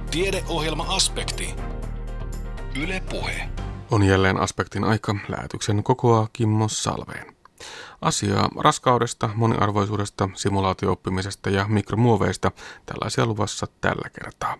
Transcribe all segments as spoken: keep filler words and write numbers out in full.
Tiedeohjelma-aspekti. Yle Puhe. On jälleen aspektin aika. Lähetyksen kokoaa Kimmo Salveen. Asiaa raskaudesta, moniarvoisuudesta, simulaatio-oppimisesta ja mikromuoveista tällaisia luvassa tällä kertaa.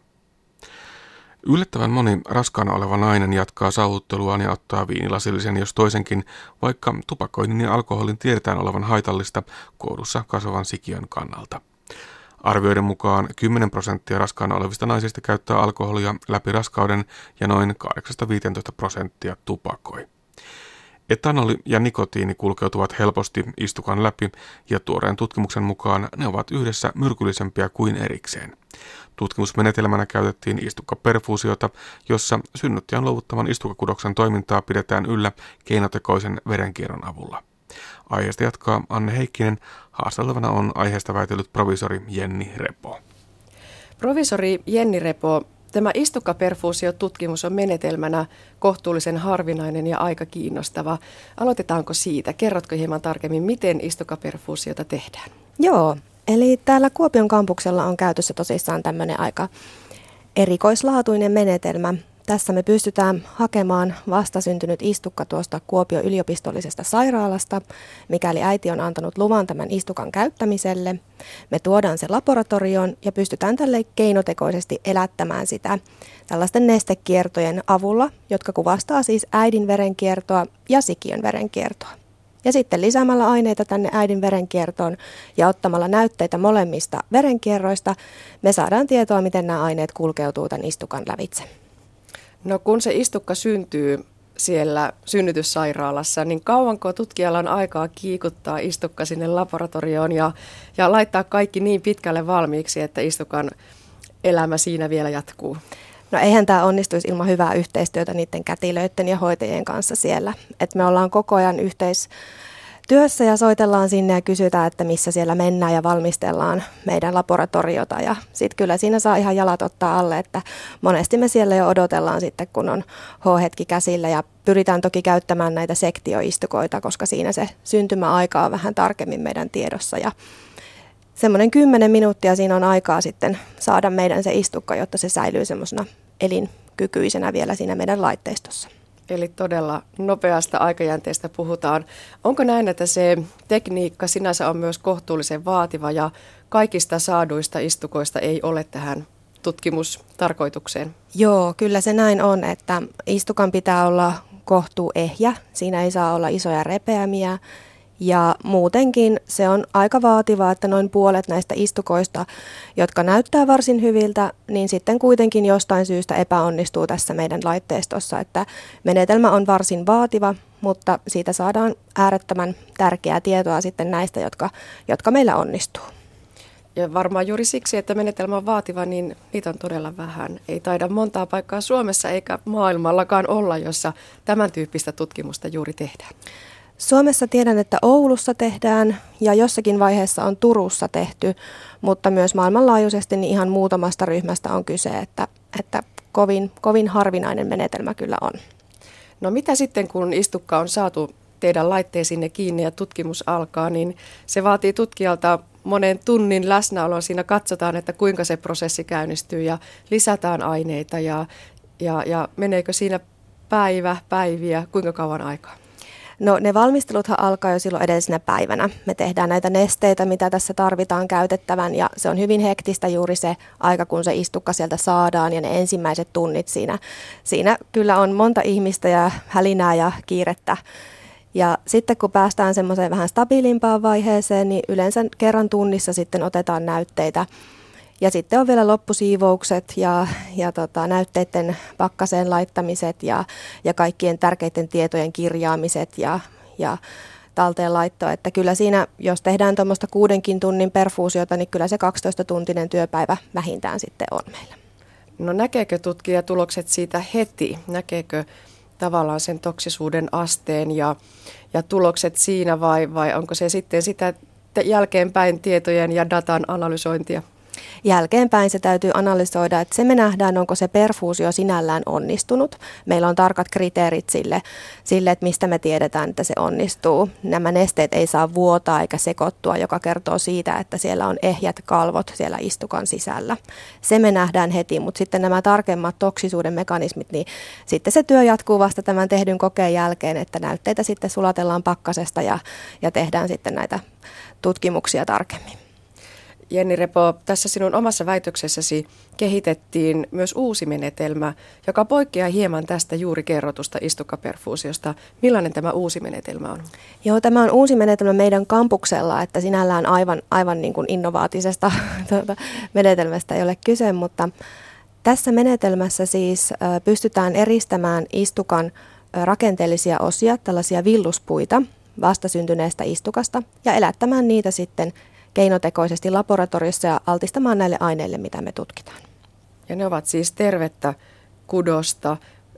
Yllättävän moni raskaana oleva nainen jatkaa saavutteluaan ja ottaa viinilasillisen jos toisenkin, vaikka tupakoinnin ja alkoholin tiedetään olevan haitallista kourussa kasvavan sikiön kannalta. Arvioiden mukaan kymmenen prosenttia raskaana olevista naisista käyttää alkoholia läpi raskauden ja noin kahdeksasta viiteentoista prosenttia tupakoi. Etanoli ja nikotiini kulkeutuvat helposti istukan läpi ja tuoreen tutkimuksen mukaan ne ovat yhdessä myrkyllisempiä kuin erikseen. Tutkimusmenetelmänä käytettiin istukkaperfuusiota, jossa synnyttäjän luovuttavan istukkakudoksen toimintaa pidetään yllä keinotekoisen verenkierron avulla. Aiheesta jatkaa Anne Heikkinen. Haasteltavana on aiheesta väitellyt proviisori Jenni Repo. Proviisori Jenni Repo, tämä istukkaperfuusiotutkimus on menetelmänä kohtuullisen harvinainen ja aika kiinnostava. Aloitetaanko siitä? Kerrotko hieman tarkemmin, miten istukkaperfuusiota tehdään? Joo, eli täällä Kuopion kampuksella on käytössä tosissaan tämmöinen aika erikoislaatuinen menetelmä. Tässä me pystytään hakemaan vastasyntynyt istukka tuosta Kuopion yliopistollisesta sairaalasta, mikäli äiti on antanut luvan tämän istukan käyttämiselle. Me tuodaan se laboratorioon ja pystytään tälle keinotekoisesti elättämään sitä tällaisten nestekiertojen avulla, jotka kuvastaa siis äidin verenkiertoa ja sikiön verenkiertoa. Ja sitten lisäämällä aineita tänne äidin verenkiertoon ja ottamalla näytteitä molemmista verenkierroista, me saadaan tietoa, miten nämä aineet kulkeutuu tämän istukan lävitse. No kun se istukka syntyy siellä synnytyssairaalassa, niin kauanko tutkijalla on aikaa kiikuttaa istukka sinne laboratorioon ja, ja laittaa kaikki niin pitkälle valmiiksi, että istukan elämä siinä vielä jatkuu? No eihän tämä onnistuisi ilman hyvää yhteistyötä niiden kätilöiden ja hoitajien kanssa siellä. Et me ollaan koko ajan yhteistyössä ja soitellaan sinne ja kysytään, että missä siellä mennään ja valmistellaan meidän laboratoriota. Ja sitten kyllä siinä saa ihan jalat ottaa alle, että monesti me siellä jo odotellaan sitten, kun on H-hetki käsillä ja pyritään toki käyttämään näitä sektioistukoita, koska siinä se syntymäaika on vähän tarkemmin meidän tiedossa ja semmoinen kymmenen minuuttia siinä on aikaa sitten saada meidän se istukka, jotta se säilyy semmoisena elinkykyisenä vielä siinä meidän laitteistossa. Eli todella nopeasta aikajänteestä puhutaan. Onko näin, että se tekniikka sinänsä on myös kohtuullisen vaativa ja kaikista saaduista istukoista ei ole tähän tutkimustarkoitukseen? Joo, kyllä se näin on, että istukan pitää olla kohtuu ehjä. Siinä ei saa olla isoja repeämiä. Ja muutenkin se on aika vaativaa, että noin puolet näistä istukoista, jotka näyttää varsin hyviltä, niin sitten kuitenkin jostain syystä epäonnistuu tässä meidän laitteistossa. Että menetelmä on varsin vaativa, mutta siitä saadaan äärettömän tärkeää tietoa sitten näistä, jotka, jotka meillä onnistuu. Ja varmaan juuri siksi, että menetelmä on vaativa, niin niitä on todella vähän. Ei taida montaa paikkaa Suomessa eikä maailmallakaan olla, jossa tämän tyyppistä tutkimusta juuri tehdään. Suomessa tiedän, että Oulussa tehdään ja jossakin vaiheessa on Turussa tehty, mutta myös maailmanlaajuisesti niin ihan muutamasta ryhmästä on kyse, että, että kovin, kovin harvinainen menetelmä kyllä on. No mitä sitten, kun istukka on saatu teidän laitteisiinne kiinni ja tutkimus alkaa, niin se vaatii tutkijalta monen tunnin läsnäolon. Siinä katsotaan, että kuinka se prosessi käynnistyy ja lisätään aineita ja, ja, ja meneekö siinä päivä, päiviä, kuinka kauan aikaa? No ne valmisteluthan alkaa jo silloin edellisenä päivänä. Me tehdään näitä nesteitä, mitä tässä tarvitaan käytettävän ja se on hyvin hektistä juuri se aika, kun se istukka sieltä saadaan ja ne ensimmäiset tunnit siinä. Siinä kyllä on monta ihmistä ja hälinää ja kiirettä. Ja sitten kun päästään semmoiseen vähän stabiilimpaan vaiheeseen, niin yleensä kerran tunnissa sitten otetaan näytteitä. Ja sitten on vielä loppusiivoukset ja, ja tota, näytteiden pakkaseen laittamiset ja, ja kaikkien tärkeiden tietojen kirjaamiset ja, ja talteenlaitto. Että kyllä siinä, jos tehdään tuommoista kuudenkin tunnin perfuusiota, niin kyllä se kaksitoista-tuntinen työpäivä vähintään sitten on meillä. No näkeekö tutkija tulokset siitä heti? Näkeekö tavallaan sen toksisuuden asteen ja, ja tulokset siinä vai, vai onko se sitten sitä jälkeenpäin tietojen ja datan analysointia? Jälkeenpäin se täytyy analysoida, että se me nähdään, onko se perfuusio sinällään onnistunut. Meillä on tarkat kriteerit sille, sille, että mistä me tiedetään, että se onnistuu. Nämä nesteet ei saa vuotaa eikä sekoittua, joka kertoo siitä, että siellä on ehjät kalvot siellä istukan sisällä. Se me nähdään heti, mutta sitten nämä tarkemmat toksisuuden mekanismit, niin sitten se työ jatkuu vasta tämän tehdyn kokeen jälkeen, että näytteitä sitten sulatellaan pakkasesta ja, ja tehdään sitten näitä tutkimuksia tarkemmin. Jenni Repo, tässä sinun omassa väitöksessäsi kehitettiin myös uusi menetelmä, joka poikkeaa hieman tästä juuri kerrotusta istukkaperfuusiosta. Millainen tämä uusi menetelmä on? Joo, tämä on uusi menetelmä meidän kampuksella, että sinällään aivan, aivan niin kuin innovaatisesta tuota, menetelmästä ei ole kyse, mutta tässä menetelmässä siis pystytään eristämään istukan rakenteellisia osia, tällaisia villuspuita vastasyntyneestä istukasta ja elättämään niitä sitten keinotekoisesti laboratoriossa ja altistamaan näille aineille, mitä me tutkitaan. Ja ne ovat siis tervettä kudosta.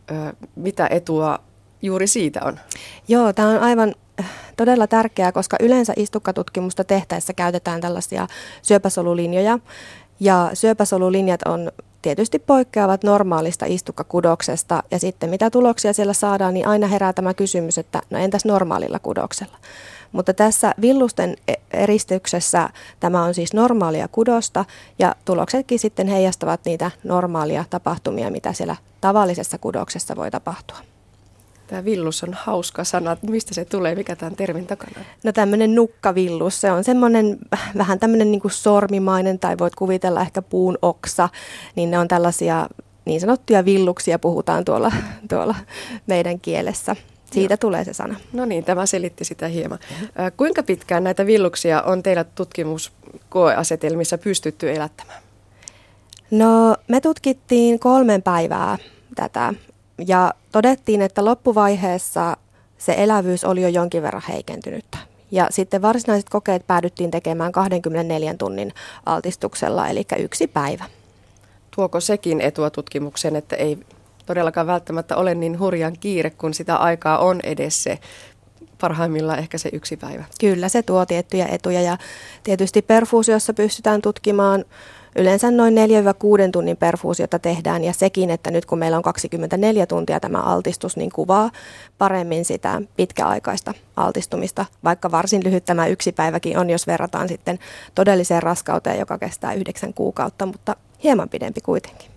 Mitä etua juuri siitä on? Joo, tämä on aivan todella tärkeää, koska yleensä istukkatutkimusta tehtäessä käytetään tällaisia syöpäsolulinjoja. Ja syöpäsolulinjat on tietysti poikkeavat normaalista istukkakudoksesta. Ja sitten mitä tuloksia siellä saadaan, niin aina herää tämä kysymys, että no entäs normaalilla kudoksella? Mutta tässä villusten eristyksessä tämä on siis normaalia kudosta ja tuloksetkin sitten heijastavat niitä normaalia tapahtumia, mitä siellä tavallisessa kudoksessa voi tapahtua. Tämä villus on hauska sana. Mistä se tulee? Mikä tämän termin takana on? No tämmöinen nukkavillus. Se on semmoinen vähän tämmöinen niin kuin sormimainen tai voit kuvitella ehkä puun oksa. Niin ne on tällaisia niin sanottuja villuksia puhutaan tuolla, tuolla meidän kielessä. Siitä Joo. tulee se sana. No niin, tämä selitti sitä hieman. Äh, kuinka pitkään näitä villuksia on teillä tutkimuskoeasetelmissa pystytty elättämään? No me tutkittiin kolmen päivää tätä ja todettiin, että loppuvaiheessa se elävyys oli jo jonkin verran heikentynyttä. Ja sitten varsinaiset kokeet päädyttiin tekemään kaksikymmentäneljän tunnin altistuksella, eli yksi päivä. Tuoko sekin etua tutkimukseen, että ei todellakaan välttämättä ole niin hurjan kiire, kun sitä aikaa on edes se parhaimmillaan ehkä se yksi päivä? Kyllä, se tuo tiettyjä etuja ja tietysti perfuusiossa pystytään tutkimaan yleensä noin neljä kuusi tunnin perfuusiota tehdään ja sekin, että nyt kun meillä on kaksikymmentäneljä tuntia tämä altistus, niin kuvaa paremmin sitä pitkäaikaista altistumista, vaikka varsin lyhyt tämä yksi päiväkin on, jos verrataan sitten todelliseen raskauteen, joka kestää yhdeksän kuukautta, mutta hieman pidempi kuitenkin.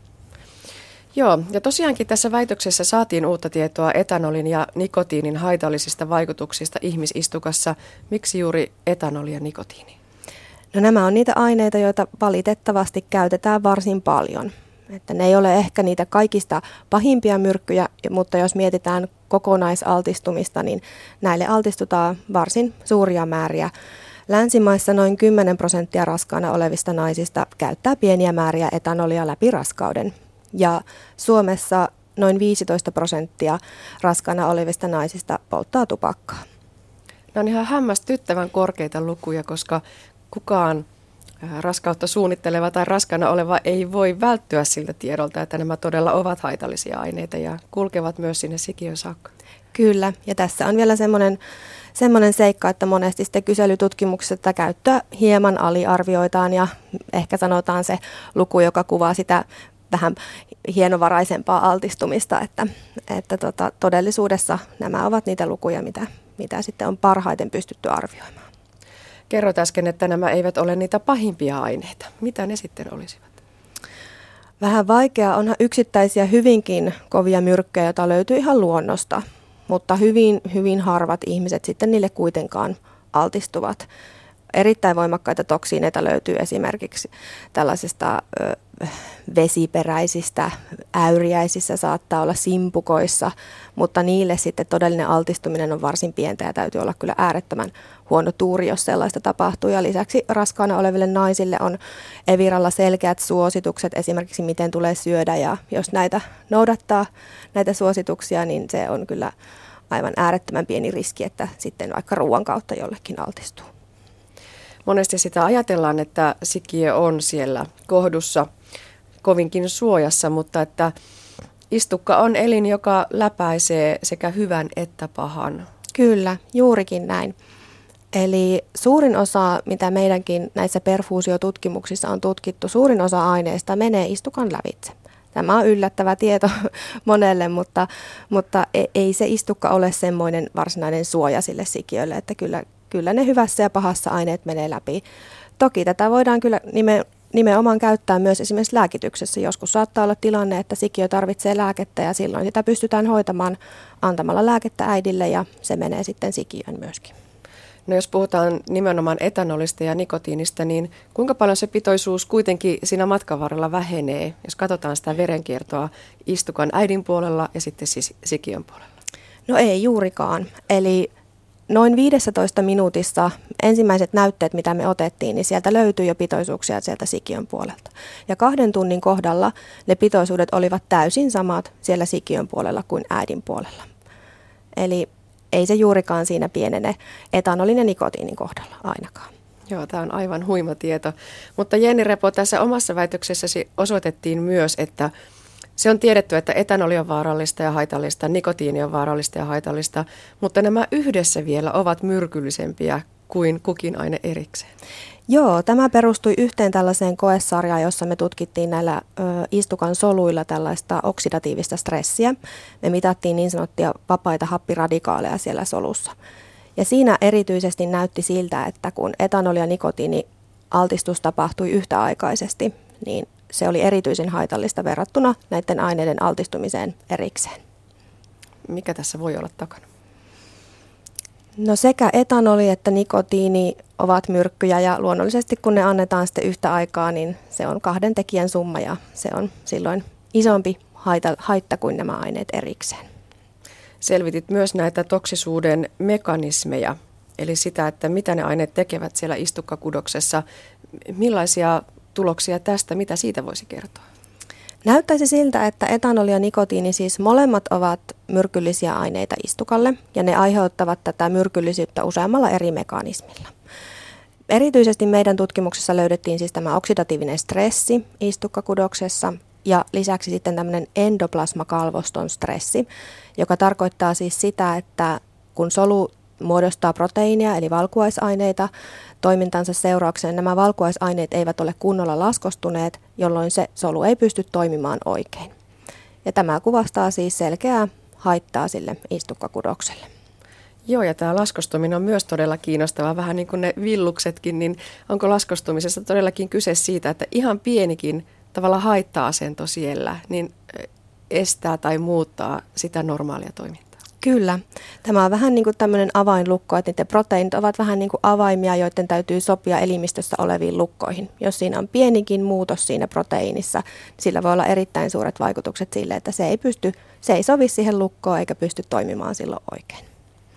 Joo, ja tosiaankin tässä väitöksessä saatiin uutta tietoa etanolin ja nikotiinin haitallisista vaikutuksista ihmisistukassa. Miksi juuri etanoli ja nikotiini? No nämä on niitä aineita, joita valitettavasti käytetään varsin paljon. Että ne ei ole ehkä niitä kaikista pahimpia myrkkyjä, mutta jos mietitään kokonaisaltistumista, niin näille altistutaan varsin suuria määriä. Länsimaissa noin kymmenen prosenttia raskaana olevista naisista käyttää pieniä määriä etanolia läpi raskauden. Ja Suomessa noin viisitoista prosenttia raskaana olevista naisista polttaa tupakkaa. Nämä on ihan hämmästyttävän korkeita lukuja, koska kukaan raskautta suunnitteleva tai raskaana oleva ei voi välttyä siltä tiedolta, että nämä todella ovat haitallisia aineita ja kulkevat myös sinne sikiön saakka. Kyllä, ja tässä on vielä semmoinen, semmoinen seikka, että monesti sitten kyselytutkimuksessa tätä käyttöä hieman aliarvioitaan ja ehkä sanotaan se luku, joka kuvaa sitä vähän hienovaraisempaa altistumista, että, että tota, todellisuudessa nämä ovat niitä lukuja, mitä, mitä sitten on parhaiten pystytty arvioimaan. Kerroit äsken, että nämä eivät ole niitä pahimpia aineita. Mitä ne sitten olisivat? Vähän vaikea. Onhan yksittäisiä hyvinkin kovia myrkkyjä, joita löytyy ihan luonnosta, mutta hyvin, hyvin harvat ihmiset sitten niille kuitenkaan altistuvat. Erittäin voimakkaita toksiineita löytyy esimerkiksi tällaisista ö, vesiperäisistä äyriäisissä, saattaa olla simpukoissa, mutta niille sitten todellinen altistuminen on varsin pientä ja täytyy olla kyllä äärettömän huono tuuri, jos sellaista tapahtuu. Ja lisäksi raskaana oleville naisille on Eviralla selkeät suositukset esimerkiksi miten tulee syödä ja jos näitä noudattaa näitä suosituksia, niin se on kyllä aivan äärettömän pieni riski, että sitten vaikka ruoan kautta jollekin altistuu. Monesti sitä ajatellaan, että sikiö on siellä kohdussa kovinkin suojassa, mutta että istukka on elin, joka läpäisee sekä hyvän että pahan. Kyllä, juurikin näin. Eli suurin osa, mitä meidänkin näissä perfuusiotutkimuksissa on tutkittu, suurin osa aineista menee istukan lävitse. Tämä on yllättävä tieto monelle, mutta, mutta ei se istukka ole semmoinen varsinainen suoja sille sikiölle, että kyllä, kyllä ne hyvässä ja pahassa aineet menee läpi. Toki tätä voidaan kyllä nime, nimenomaan käyttää myös esimerkiksi lääkityksessä. Joskus saattaa olla tilanne, että sikiö tarvitsee lääkettä ja silloin sitä pystytään hoitamaan antamalla lääkettä äidille ja se menee sitten sikiöön myöskin. No jos puhutaan nimenomaan etanolista ja nikotiinista, niin kuinka paljon se pitoisuus kuitenkin siinä matkan varrella vähenee, jos katsotaan sitä verenkiertoa istukan äidin puolella ja sitten siis sikiön puolella? No ei juurikaan. Eli noin viidessätoista minuutissa ensimmäiset näytteet, mitä me otettiin, niin sieltä löytyi jo pitoisuuksia sieltä sikiön puolelta. Ja kahden tunnin kohdalla ne pitoisuudet olivat täysin samat siellä sikiön puolella kuin äidin puolella. Eli ei se juurikaan siinä pienene etanolin ja nikotiinin kohdalla ainakaan. Joo, tämä on aivan huima tieto. Mutta Jenni Repo, tässä omassa väitöksessäsi osoitettiin myös, että se on tiedetty, että etanoli on vaarallista ja haitallista, nikotiini on vaarallista ja haitallista, mutta nämä yhdessä vielä ovat myrkyllisempiä kuin kukin aine erikseen. Joo, tämä perustui yhteen tällaiseen koesarjaan, jossa me tutkittiin näillä ö, istukan soluilla tällaista oksidatiivista stressiä. Me mitattiin niin sanottuja vapaita happiradikaaleja siellä solussa. Ja siinä erityisesti näytti siltä, että kun etanoli- ja nikotiini-altistus tapahtui yhtäaikaisesti, niin se oli erityisen haitallista verrattuna näiden aineiden altistumiseen erikseen. Mikä tässä voi olla takana? No sekä etanoli että nikotiini ovat myrkkyjä ja luonnollisesti kun ne annetaan sitten yhtä aikaa, niin se on kahden tekijän summa ja se on silloin isompi haita, haitta kuin nämä aineet erikseen. Selvitit myös näitä toksisuuden mekanismeja, eli sitä, että mitä ne aineet tekevät siellä istukkakudoksessa. Millaisia tuloksia tästä, mitä siitä voisi kertoa? Näyttäisi siltä, että etanoli ja nikotiini siis molemmat ovat myrkyllisiä aineita istukalle ja ne aiheuttavat tätä myrkyllisyyttä useammalla eri mekanismilla. Erityisesti meidän tutkimuksessa löydettiin siis tämä oksidatiivinen stressi istukkakudoksessa ja lisäksi sitten tämmöinen endoplasmakalvoston stressi, joka tarkoittaa siis sitä, että kun solu muodostaa proteiinia eli valkuaisaineita toimintansa seurauksena, nämä valkuaisaineet eivät ole kunnolla laskostuneet, jolloin se solu ei pysty toimimaan oikein. Ja tämä kuvastaa siis selkeää haittaa sille istukkakudokselle. Joo, ja tämä laskostuminen on myös todella kiinnostavaa, vähän niin kuin ne villuksetkin, niin onko laskostumisessa todellakin kyse siitä, että ihan pienikin tavalla haitta-asento siellä, niin estää tai muuttaa sitä normaalia toimintaa? Kyllä. Tämä on vähän niin kuin tämmöinen avainlukko, että niiden proteiinit ovat vähän niin kuin avaimia, joiden täytyy sopia elimistössä oleviin lukkoihin. Jos siinä on pienikin muutos siinä proteiinissa, sillä voi olla erittäin suuret vaikutukset sille, että se ei pysty, se ei sovi siihen lukkoon eikä pysty toimimaan silloin oikein.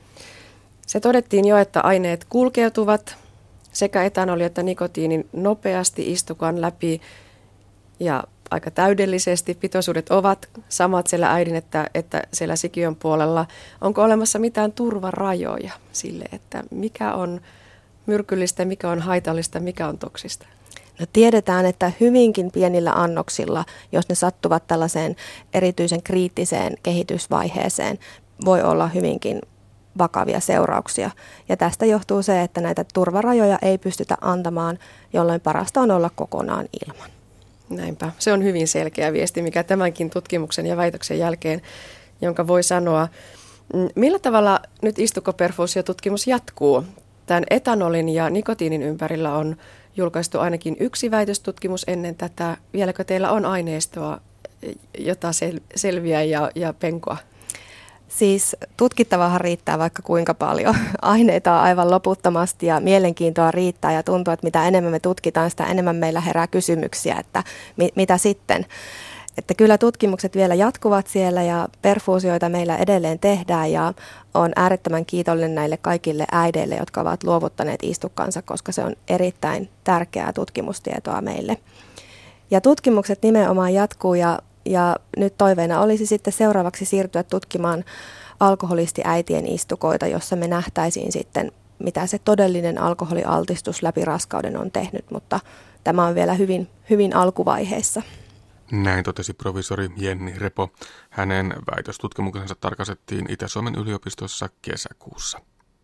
Se todettiin jo, että aineet kulkeutuvat sekä etanoli että nikotiinin nopeasti istukan läpi ja aika täydellisesti. Pitoisuudet ovat samat siellä äidin että, että siellä sikiön puolella. Onko olemassa mitään turvarajoja sille, että mikä on myrkyllistä, mikä on haitallista, mikä on toksista? No tiedetään, että hyvinkin pienillä annoksilla, jos ne sattuvat tällaiseen erityisen kriittiseen kehitysvaiheeseen, voi olla hyvinkin vakavia seurauksia. Ja tästä johtuu se, että näitä turvarajoja ei pystytä antamaan, jolloin parasta on olla kokonaan ilman. Näinpä. Se on hyvin selkeä viesti, mikä tämänkin tutkimuksen ja väitöksen jälkeen, jonka voi sanoa. Millä tavalla nyt istukkoperfuusiotutkimus jatkuu? Tämän etanolin ja nikotiinin ympärillä on julkaistu ainakin yksi väitöstutkimus ennen tätä. Vieläkö teillä on aineistoa, jota sel- selviää ja, ja penkoa? Siis tutkittavahan riittää vaikka kuinka paljon. Aineita on aivan loputtomasti ja mielenkiintoa riittää ja tuntuu, että mitä enemmän me tutkitaan, sitä enemmän meillä herää kysymyksiä, että mi- mitä sitten. Että kyllä tutkimukset vielä jatkuvat siellä ja perfuusioita meillä edelleen tehdään ja on äärettömän kiitollinen näille kaikille äideille, jotka ovat luovuttaneet istukkansa, koska se on erittäin tärkeää tutkimustietoa meille. Ja tutkimukset nimenomaan jatkuu ja Ja nyt toiveena olisi sitten seuraavaksi siirtyä tutkimaan alkoholistiäitien istukoita, jossa me nähtäisiin sitten, mitä se todellinen alkoholialtistus läpi raskauden on tehnyt, mutta tämä on vielä hyvin, hyvin alkuvaiheessa. Näin totesi provisori Jenni Repo. Hänen väitöstutkimuksensa tarkastettiin Itä-Suomen yliopistossa kesäkuussa.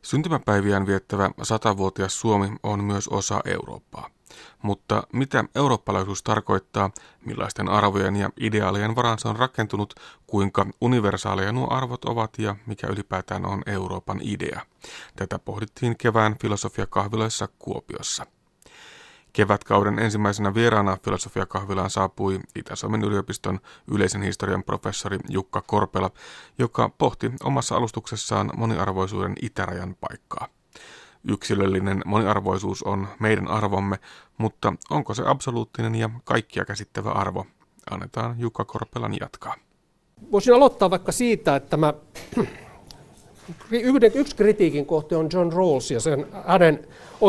Syntymäpäiviään viettävä satavuotias Suomi on myös osa Eurooppaa. Mutta mitä eurooppalaisuus tarkoittaa, millaisten arvojen ja ideaalien varaan se on rakentunut, kuinka universaaleja nuo arvot ovat ja mikä ylipäätään on Euroopan idea? Tätä pohdittiin kevään filosofiakahviloissa Kuopiossa. Kevätkauden ensimmäisenä vieraana filosofiakahvilaan saapui Itä-Suomen yliopiston yleisen historian professori Jukka Korpela, joka pohti omassa alustuksessaan moniarvoisuuden itärajan paikkaa. Yksilöllinen moniarvoisuus on meidän arvomme, mutta onko se absoluuttinen ja kaikkia käsittävä arvo? Annetaan Jukka Korpelan jatkaa. Voisin aloittaa vaikka siitä, että mä, yksi kritiikin kohte on John Rawls ja sen hänen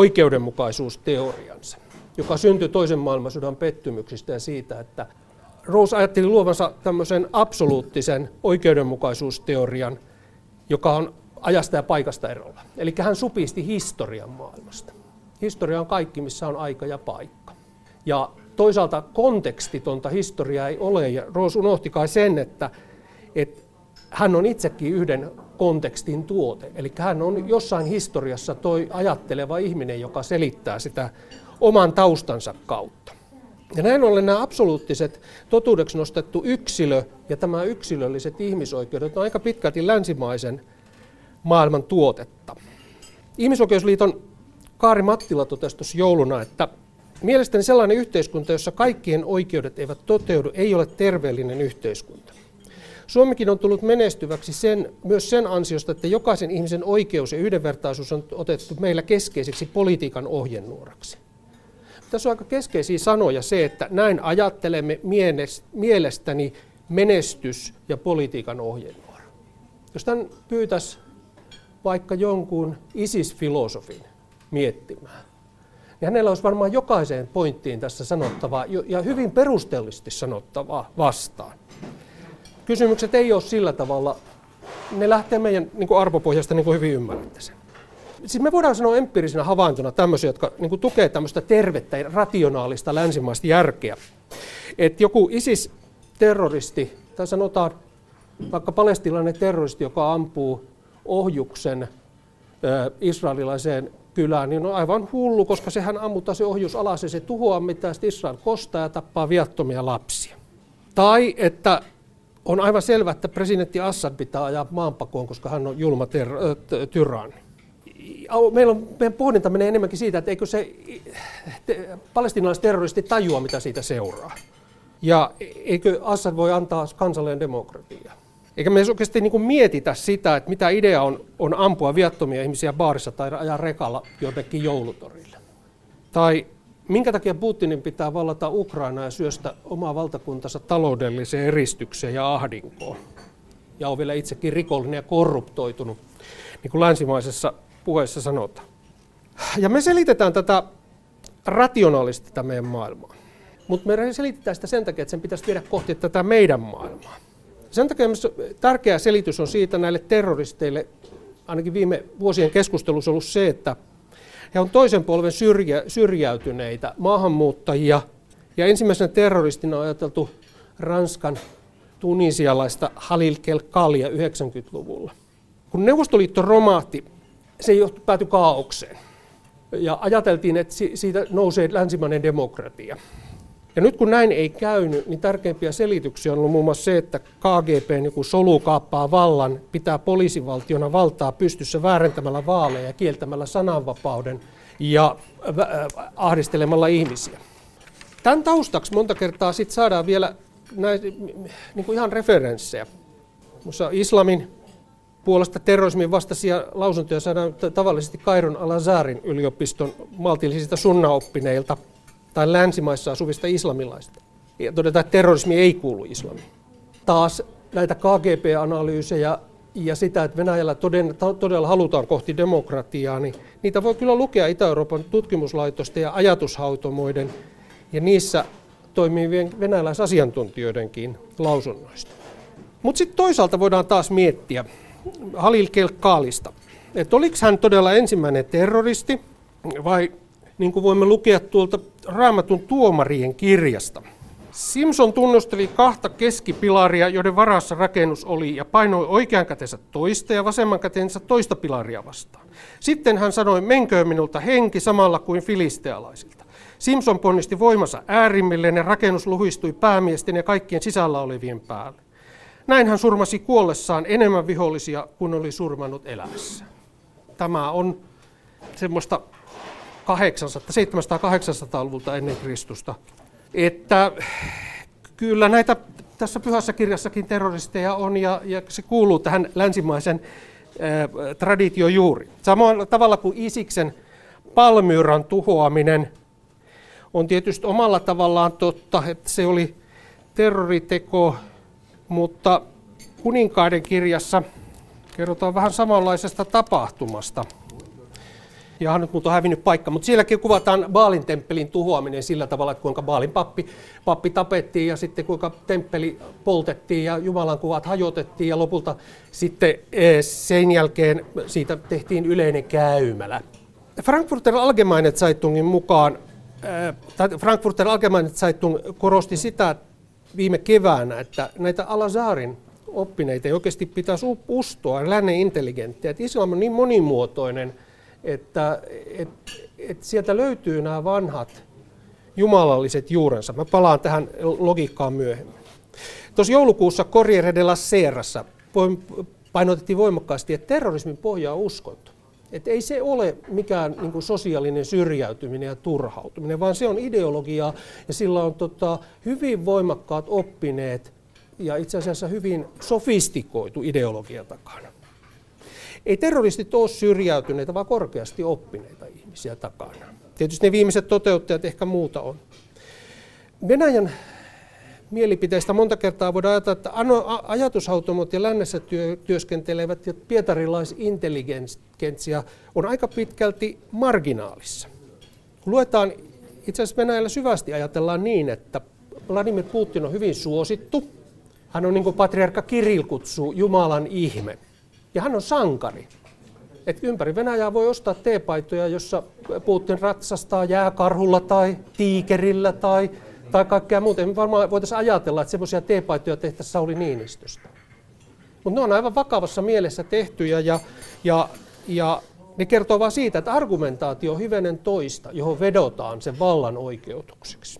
oikeudenmukaisuusteoriansa, joka syntyi toisen maailmansodan pettymyksistä ja siitä, että Rawls ajatteli luovansa tämmöisen absoluuttisen oikeudenmukaisuusteorian, joka on ajasta ja paikasta erolla. Eli hän supisti historian maailmasta. Historia on kaikki, missä on aika ja paikka. Ja toisaalta kontekstitonta historiaa ei ole, ja Rawls unohti kai sen, että, että hän on itsekin yhden kontekstin tuote. Eli hän on jossain historiassa toi ajatteleva ihminen, joka selittää sitä oman taustansa kautta. Ja näin ollen nämä absoluuttiset totuudeksi nostettu yksilö ja tämä yksilölliset ihmisoikeudet on aika pitkälti länsimaisen maailman tuotetta. Ihmisoikeusliiton Kaari Mattila totesi tuossa jouluna, että mielestäni sellainen yhteiskunta, jossa kaikkien oikeudet eivät toteudu, ei ole terveellinen yhteiskunta. Suomikin on tullut menestyväksi sen, myös sen ansiosta, että jokaisen ihmisen oikeus ja yhdenvertaisuus on otettu meillä keskeiseksi politiikan ohjenuoraksi. Tässä on aika keskeisiä sanoja se, että näin ajattelemme mielestäni menestys- ja politiikan ohjenuora. Jos tämän pyytäisi vaikka jonkun ISIS-filosofin miettimään, niin hänellä olisi varmaan jokaiseen pointtiin tässä sanottavaa ja hyvin perusteellisesti sanottavaa vastaan. Kysymykset ei ole sillä tavalla, ne lähtee meidän niin kuin arvopohjasta, niin kuin hyvin ymmärrätte sen. Siis me voidaan sanoa empiirisinä havaintona tämmöisiä, jotka niin kuin tukee tämmöistä tervettä ja rationaalista länsimaista järkeä. Että joku ISIS-terroristi, tai sanotaan vaikka palestiinalainen terroristi, joka ampuu ohjuksen äh, israelilaiseen kylään, niin on aivan hullu, koska sehän ammuttaa se ohjus alas ja se tuhoaa mitä Israel kostaa ja tappaa viattomia lapsia. Tai että on aivan selvä, että presidentti Assad pitää ajaa maanpakoon, koska hän on julma ter- äh, tyranni. Meillä on, meidän pohdinta menee enemmänkin siitä, että eikö se te, palestiinalaisterroristi tajua, mitä siitä seuraa. Ja eikö Assad voi antaa kansalleen demokratiaa. Eikä me oikeasti niin kuin mietitä sitä, että mitä idea on, on ampua viattomia ihmisiä baarissa tai ajaa rekalla jonnekin joulutorille. Tai minkä takia Putinin pitää vallata Ukrainaa ja syöstä omaa valtakuntansa taloudelliseen eristykseen ja ahdinkoon. Ja on vielä itsekin rikollinen ja korruptoitunut, niin kuin länsimaisessa puheessa sanotaan. Ja me selitetään tätä rationaalisesti tätä meidän maailmaa. Mutta me selitetään sitä sen takia, että sen pitäisi viedä kohti tätä meidän maailmaa. Sen takia tärkeä selitys on siitä näille terroristeille, ainakin viime vuosien keskustelussa ollut se, että he on toisen polven syrjä, syrjäytyneitä maahanmuuttajia. Ja ensimmäisenä terroristina on ajateltu Ranskan tunisialaista Halil Kelkalia yhdeksänkymmentäluvulla. Kun Neuvostoliitto romahti, se päätyi kaaukseen. Ja ajateltiin, että siitä nousee länsimainen demokratia. Ja nyt kun näin ei käynyt, niin tärkeimpiä selityksiä on ollut muun muassa se, että K G P:n joku solu kaappaa vallan, pitää poliisivaltiona valtaa pystyssä väärentämällä vaaleja ja kieltämällä sananvapauden ja ahdistelemalla ihmisiä. Tämän taustaksi monta kertaa sit saadaan vielä näitä, niin kuin ihan referenssejä. Musta islamin puolesta terrorismin vastaisia lausuntoja saadaan tavallisesti Kairon Al-Azharin yliopiston maltillisista sunnaoppineilta tai länsimaissa asuvista islamilaista. Ja todetaan, että terrorismi ei kuulu islamiin. Taas näitä K G P-analyysejä ja sitä, että Venäjällä todella, todella halutaan kohti demokratiaa, niin niitä voi kyllä lukea Itä-Euroopan tutkimuslaitosten ja ajatushautomoiden ja niissä toimivien venäläisasiantuntijoidenkin lausunnoista. Mutta sitten toisaalta voidaan taas miettiä Halil Kelkalista, että oliko hän todella ensimmäinen terroristi vai niin kuin voimme lukea tuolta Raamatun tuomarien kirjasta, Simpson tunnusteli kahta keskipilaria, joiden varassa rakennus oli, ja painoi oikean kätensä toista ja vasemman kätensä toista pilaria vastaan. Sitten hän sanoi, menköön minulta henki samalla kuin filistealaisilta. Simpson ponnisti voimansa äärimmilleen ja rakennus luhistui päämiesten ja kaikkien sisällä olevien päälle. Näin hän surmasi kuollessaan enemmän vihollisia kuin oli surmannut elämässä. Tämä on semmoista seitsemänsataa-kahdeksansataaluvulta ennen Kristusta. Että kyllä näitä tässä pyhässä kirjassakin terroristeja on ja, ja se kuuluu tähän länsimaisen ää, traditioon juuri. Samalla tavalla kuin Isiksen Palmyran tuhoaminen on tietysti omalla tavallaan totta, että se oli terroriteko, mutta Kuninkaiden kirjassa kerrotaan vähän samanlaisesta tapahtumasta. Ja nyt minulta on hävinnyt paikka, mutta sielläkin kuvataan Baalin temppelin tuhoaminen sillä tavalla, että kuinka Baalin pappi, pappi tapettiin ja sitten kuinka temppeli poltettiin ja Jumalan kuvat hajotettiin ja lopulta sitten sen jälkeen siitä tehtiin yleinen käymälä. Frankfurter Allgemeine Zeitungin mukaan, tai Frankfurter Allgemeine Zeitung korosti sitä viime keväänä, että näitä Al-Azharin oppineita ei oikeasti pitäisi uskoa, lännen intelligenttiä, että islam on niin monimuotoinen, että et, et sieltä löytyy nämä vanhat jumalalliset juurensa. Mä palaan tähän logiikkaan myöhemmin. Tuossa joulukuussa Corriere della Serassa painotettiin voimakkaasti, että terrorismin pohja on uskonto. Että ei se ole mikään niin kuin sosiaalinen syrjäytyminen ja turhautuminen, vaan se on ideologiaa ja sillä on tota, hyvin voimakkaat oppineet ja itse asiassa hyvin sofistikoitu ideologia takana. Ei terroristit ole syrjäytyneitä, vaan korkeasti oppineita ihmisiä takana. Tietysti ne viimeiset toteuttajat ehkä muuta on. Venäjän mielipiteistä monta kertaa voidaan ajatella, että ajatushautomot ja lännessä työ, työskentelevät ja pietarilaisintelligentsia on aika pitkälti marginaalissa. Luetaan, itse asiassa Venäjällä syvästi ajatellaan niin, että Vladimir Putin on hyvin suosittu. Hän on niin kuin patriarkka Kirill kutsuu Jumalan ihme. Ja hän on sankari. Et ympäri Venäjää voi ostaa teepaitoja, jossa Putin ratsastaa jääkarhulla tai tiikerillä tai, tai kaikkea muuta. Me varmaan voitaisiin ajatella, että semmoisia teepaitoja tehtäisiin Sauli Niinistöstä. Mutta ne on aivan vakavassa mielessä tehtyjä ja, ja, ja ne kertoo vain siitä, että argumentaatio on hivenen toista, johon vedotaan sen vallan oikeutukseksi.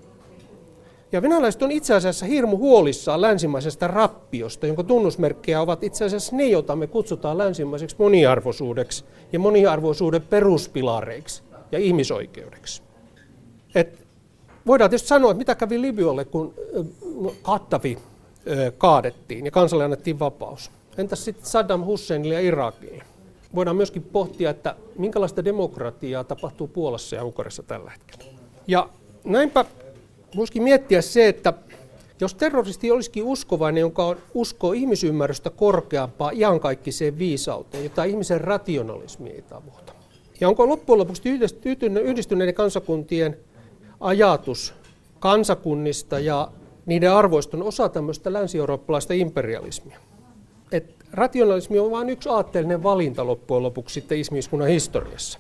Ja venäläiset on itse asiassa hirmu huolissaan länsimaisesta rappiosta, jonka tunnusmerkkejä ovat itse asiassa ne, joita me kutsutaan länsimaiseksi moniarvoisuudeksi ja moniarvoisuuden peruspilareiksi ja ihmisoikeudeksi. Et voidaan tietysti sanoa, että mitä kävi Libyalle, kun Gaddafi kaadettiin ja kansalle annettiin vapaus. Entäs sitten Saddam Husseinille ja Irakille? Voidaan myöskin pohtia, että minkälaista demokratiaa tapahtuu Puolassa ja Unkarissa tällä hetkellä. Ja näinpä voisikin miettiä se, että jos terroristi olisikin uskovainen, jonka uskoo ihmisymmärrystä korkeampaa iankaikkiseen viisauteen, jota ihmisen rationalismi ei tavoita. Ja onko loppujen lopuksi yhdistyneiden kansakuntien ajatus kansakunnista ja niiden arvoista on osa tämmöistä länsi-eurooppalaista imperialismia. Et rationalismi on vain yksi aatteellinen valinta loppujen lopuksi sitten ihmiskunnan historiassa.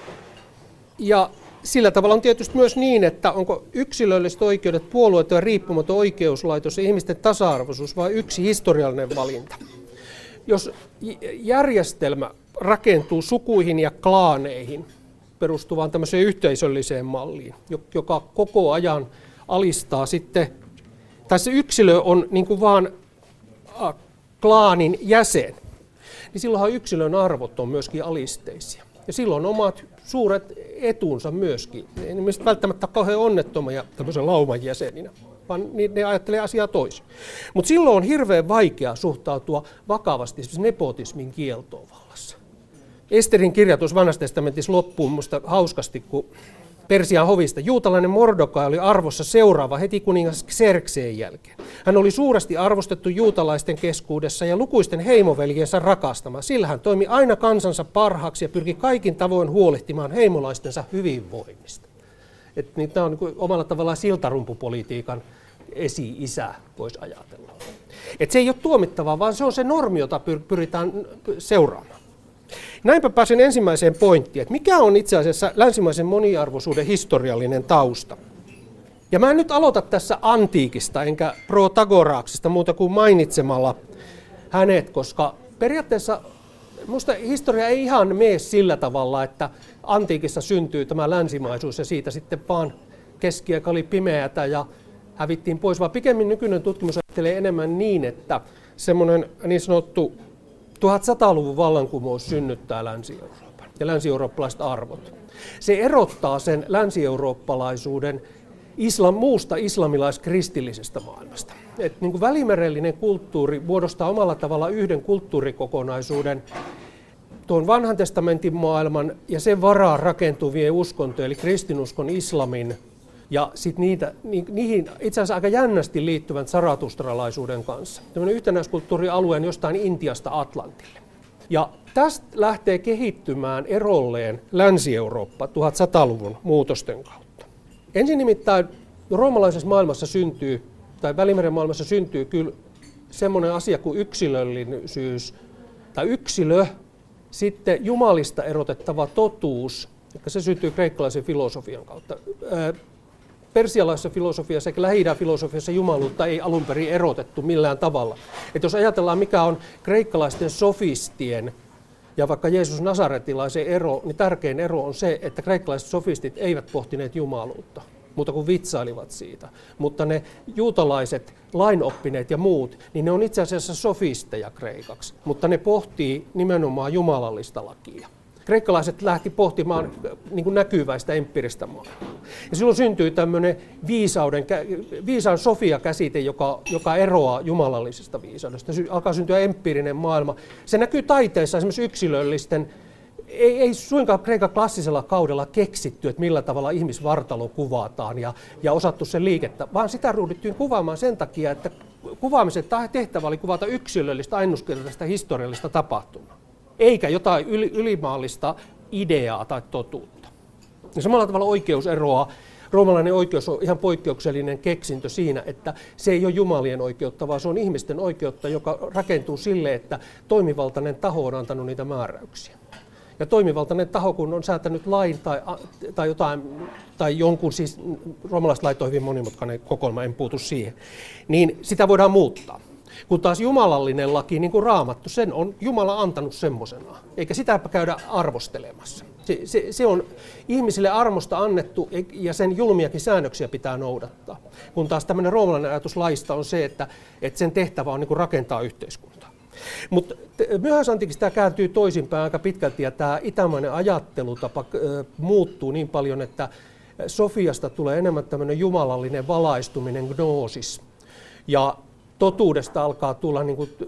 Ja sillä tavalla on tietysti myös niin, että onko yksilölliset oikeudet, puolueet ja riippumaton oikeuslaitos ja ihmisten tasa-arvoisuus vai yksi historiallinen valinta. Jos järjestelmä rakentuu sukuihin ja klaaneihin perustuvaan tämmöiseen yhteisölliseen malliin, joka koko ajan alistaa sitten, tai se yksilö on niin kuin vaan klaanin jäsen, niin silloinhan yksilön arvot on myöskin alisteisia. Ja silloin omat suuret etunsa myöskin. Ne ei välttämättä ole kauhean onnettomia tämmöisen lauman jäseninä, vaan ne ajattelee asiaa toisin. Mutta silloin on hirveän vaikea suhtautua vakavasti nepotismin kieltoon vallassa. Esterin kirja tuossa Vanhassa testamentissa loppuu minusta hauskasti, kun Persian hovista juutalainen Mordokai oli arvossa seuraava heti kuningas Xerxeen jälkeen. Hän oli suuresti arvostettu juutalaisten keskuudessa ja lukuisten heimoveljensä rakastama. Sillä hän toimi aina kansansa parhaaksi ja pyrki kaikin tavoin huolehtimaan heimolaistensa hyvinvoinnista. Että niin, tämä on niin omalla tavallaan siltarumpupolitiikan esi-isä, voisi ajatella. Että se ei ole tuomittavaa, vaan se on se normi, jota pyritään seuraamaan. Näinpä pääsen ensimmäiseen pointtiin, että mikä on itse asiassa länsimaisen moniarvoisuuden historiallinen tausta. Ja mä en nyt aloita tässä antiikista enkä Protagoraaksista muuta kuin mainitsemalla hänet, koska periaatteessa minusta historia ei ihan mene sillä tavalla, että antiikissa syntyy tämä länsimaisuus ja siitä sitten vaan keskiaika oli pimeätä ja hävittiin pois, vaan pikemmin nykyinen tutkimus ajattelee enemmän niin, että semmoinen niin sanottu tuhatsataluvun vallankumous synnyttää Länsi-Euroopan ja länsi-eurooppalaiset arvot. Se erottaa sen länsi-eurooppalaisuuden islam, muusta islamilais-kristillisestä maailmasta. Et niin kuin välimerellinen kulttuuri muodostaa omalla tavalla yhden kulttuurikokonaisuuden tuon vanhan testamentin maailman ja sen varaan rakentuvien uskontojen, eli kristinuskon, islamin ja sitten niitä, ni, niihin itse asiassa aika jännästi liittyvän zaratustralaisuuden kanssa. Tämmöinen yhtenäiskulttuurialueen jostain Intiasta Atlantille. Ja tästä lähtee kehittymään erolleen Länsi-Eurooppa tuhatsataluvun muutosten kautta. Ensin nimittäin roomalaisessa maailmassa syntyy, tai Välimeren maailmassa syntyy kyllä semmoinen asia kuin yksilöllisyys, tai yksilö, sitten jumalista erotettava totuus, joka se syntyy kreikkalaisen filosofian kautta. Persialaisessa filosofiassa sekä Lähi-idän filosofiassa jumaluutta ei alun perin erotettu millään tavalla. Et jos ajatellaan, mikä on kreikkalaisten sofistien ja vaikka Jeesus Nasaretilaisen ero, niin tärkein ero on se, että kreikkalaiset sofistit eivät pohtineet jumaluutta, mutta kun vitsailivat siitä. Mutta ne juutalaiset, lainoppineet ja muut, niin ne on itse asiassa sofisteja kreikaksi, mutta ne pohtii nimenomaan jumalallista lakia. Kreikkalaiset lähti pohtimaan niin kuin näkyväistä empiiristä maailmaa. Ja silloin syntyy tämmöinen viisauden, viisaan sofia-käsite, joka, joka eroaa jumalallisesta viisaudesta. Alkaa syntyä empiirinen maailma. Se näkyy taiteessa esimerkiksi yksilöllisten, ei, ei suinkaan Kreikan klassisella kaudella keksitty, että millä tavalla ihmisvartalo kuvataan ja, ja osattu sen liikettä, vaan sitä ryhdyttiin kuvaamaan sen takia, että kuvaamisen tehtävä oli kuvata yksilöllistä, ainutkertaista historiallista tapahtumaa, eikä jotain ylimaallista ideaa tai totuutta. Ja samalla tavalla oikeus eroaa. Roomalainen oikeus on ihan poikkeuksellinen keksintö siinä, että se ei ole jumalien oikeutta, vaan se on ihmisten oikeutta, joka rakentuu sille, että toimivaltainen taho on antanut niitä määräyksiä. Ja toimivaltainen taho, kun on säätänyt lain tai, tai, jotain, tai jonkun, siis roomalaiset lait on hyvin monimutkainen kokoelma, en puutu siihen, niin sitä voidaan muuttaa. Kun taas jumalallinen laki, niin kuin Raamattu, sen on Jumala antanut semmoisena, eikä sitä käydä arvostelemassa. Se, se, se on ihmisille armosta annettu ja sen julmiakin säännöksiä pitää noudattaa. Kun taas tämmöinen roomalainen ajatus laista on se, että, että sen tehtävä on niin kuin rakentaa yhteiskuntaa. Mutta myöhäisantiikissa tämä kääntyy toisinpäin aika pitkälti ja tämä itämainen ajattelutapa äh, muuttuu niin paljon, että Sofiasta tulee enemmän tämmöinen jumalallinen valaistuminen, gnoosis. Ja totuudesta alkaa tulla niin kuin,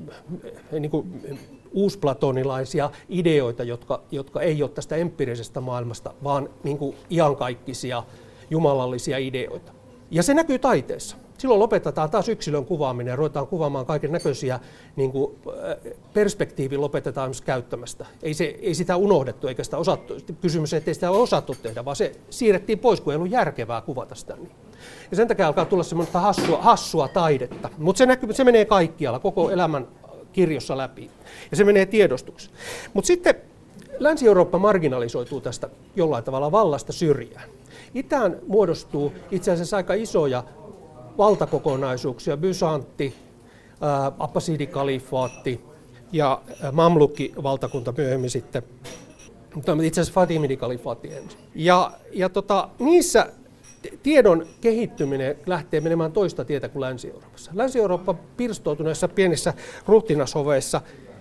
niin kuin uusplatonilaisia ideoita, jotka, jotka ei ole tästä empiirisestä maailmasta, vaan niin kuin iankaikkisia jumalallisia ideoita. Ja se näkyy taiteessa. Silloin lopetetaan taas yksilön kuvaaminen ja ruvetaan kuvaamaan kaiken näköisiä, niin kuin perspektiivi lopetetaan myös käyttämästä. Ei, se, ei sitä unohdettu eikä sitä osattu. Kysymys, ettei sitä ole osattu tehdä, vaan se siirrettiin pois, kun ei ollut järkevää kuvata sitä niin. Ja sen takia alkaa tulla semmoista hassua, hassua taidetta. Mutta se, se menee kaikkialla, koko elämän kirjossa läpi. Ja se menee tiedostuksi. Mutta sitten Länsi-Eurooppa marginalisoituu tästä jollain tavalla vallasta syrjään. Itään muodostuu itse asiassa aika isoja valtakokonaisuuksia, Byzantti, Abbasidikalifaatti ja Mamlukki-valtakunta myöhemmin sitten, mutta itse asiassa Fatimidikalifaatti ensin. Ja, ja tota, niissä tiedon kehittyminen lähtee menemään toista tietä kuin Länsi-Euroopassa. Länsi-Eurooppa pirstoutuneissa pienissä ruhtinashoveissa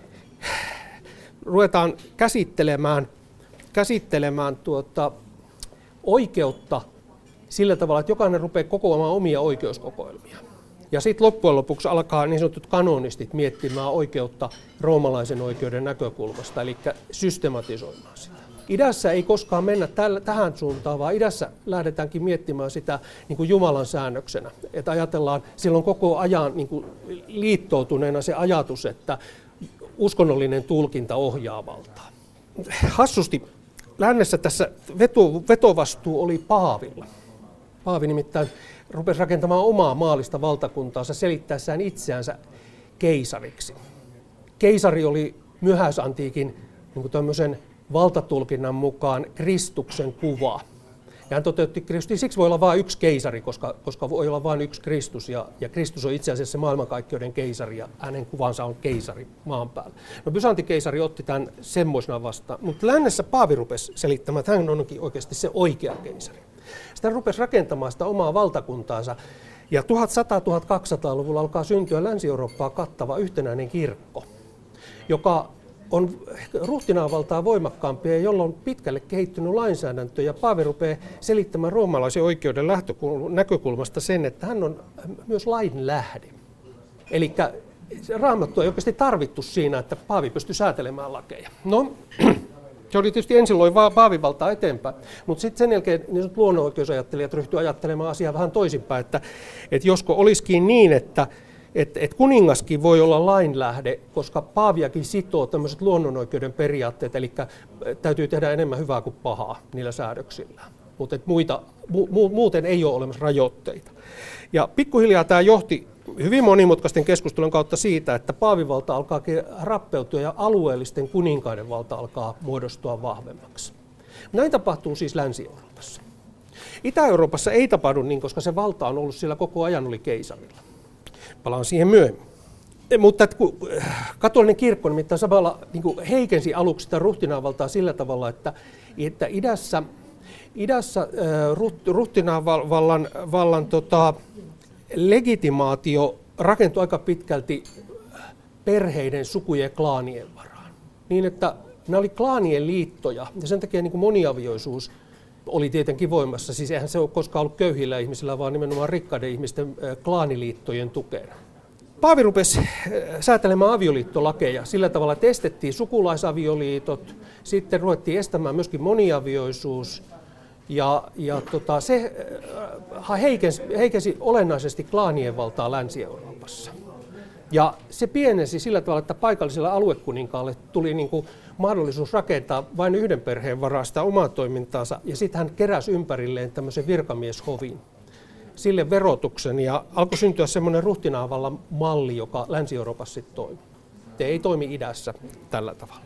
ruvetaan käsittelemään, käsittelemään tuota, oikeutta sillä tavalla, että jokainen rupeaa kokoamaan omia oikeuskokoelmia. Ja sitten loppujen lopuksi alkaa niin sanotut kanonistit miettimään oikeutta roomalaisen oikeuden näkökulmasta, eli systematisoimaan sitä. Idässä ei koskaan mennä täl, tähän suuntaan, vaan idässä lähdetäänkin miettimään sitä niin kuin Jumalan säännöksenä. Että ajatellaan, silloin koko ajan niin kuin liittoutuneena se ajatus, että uskonnollinen tulkinta ohjaa valtaa. Hassusti lännessä tässä veto, vetovastuu oli Paavilla. Paavi nimittäin rupesi rakentamaan omaa maallista valtakuntaansa selittäessään itseänsä keisariksi. Keisari oli myöhäisantiikin niin kuin tämmöisen valtatulkinnan mukaan Kristuksen kuva. Ja hän toteutti Kristus. Siksi voi olla vain yksi keisari, koska, koska voi olla vain yksi Kristus. Ja, ja Kristus on itse asiassa se maailmankaikkeuden keisari ja hänen kuvansa on keisari maan päällä. No Byzantin-keisari otti tämän semmoisena vastaan. Mutta lännessä Paavi rupesi selittämään, että hän onkin oikeasti se oikea keisari. Sitten hän rupesi rakentamaan sitä omaa valtakuntaansa. Ja tuhatsata-tuhatkaksisataaluvulla alkaa syntyä Länsi-Eurooppaa kattava yhtenäinen kirkko, joka on ruhtinaavaltaa voimakkaampi ja jolla on pitkälle kehittynyt lainsäädäntö. Ja Paavi rupeaa selittämään roomalaisen oikeuden näkökulmasta sen, että hän on myös lain lähde. Eli Raamattu ei oikeasti tarvittu siinä, että Paavi pystyi säätelemään lakeja. No, se oli tietysti ensin loi Paavin valtaa eteenpäin, mutta sitten sen jälkeen niin luonnonoikeusajattelijat ryhtyivät ajattelemaan asiaa vähän toisinpäin, että, että josko olisikin niin, että Että et kuningaskin voi olla lainlähde, koska Paaviakin sitoo tämmöiset luonnonoikeuden periaatteet, eli täytyy tehdä enemmän hyvää kuin pahaa niillä säädöksillä. Mutta muita, mu, muuten ei ole olemassa rajoitteita. Ja pikkuhiljaa tämä johti hyvin monimutkaisten keskustelun kautta siitä, että paavivalta alkaa rappeutua ja alueellisten kuninkaiden valta alkaa muodostua vahvemmaksi. Näin tapahtuu siis Länsi-Euroopassa. Itä-Euroopassa ei tapahdu niin, koska se valta on ollut siellä koko ajan oli keisarilla. Palaan siihen myöhemmin. Mutta katolinen kirkko nimittäin samalla niin heikensi aluksi sitä ruhtinaavaltaa sillä tavalla, että, että idässä, idässä ruhtinaavallan vallan, tota, legitimaatio rakentui aika pitkälti perheiden, sukujen ja klaanien varaan. Niin, että nämä oli klaanien liittoja ja sen takia niin kuin moniavioisuus oli tietenkin voimassa. Siis eihän se ole koskaan ollut köyhillä ihmisillä, vaan nimenomaan rikkaiden ihmisten klaaniliittojen tukena. Paavi rupesi säätelemään avioliittolakeja sillä tavalla, että estettiin sukulaisavioliitot, sitten ruvettiin estämään myöskin moniavioisuus, ja, ja tota, se heikensi, heikensi olennaisesti klaanien valtaa Länsi-Euroopassa. Ja se pienensi sillä tavalla, että paikallisella aluekuninkaalle tuli niin kuin mahdollisuus rakentaa vain yhden perheen varaa sitä omaa toimintaansa, ja sitten hän keräsi ympärilleen tämmöisen virkamieshovin, sille verotuksen, ja alkoi syntyä semmoinen ruhtinaavallan malli, joka Länsi-Euroopassa sitten toimi. Se ei toimi idässä tällä tavalla.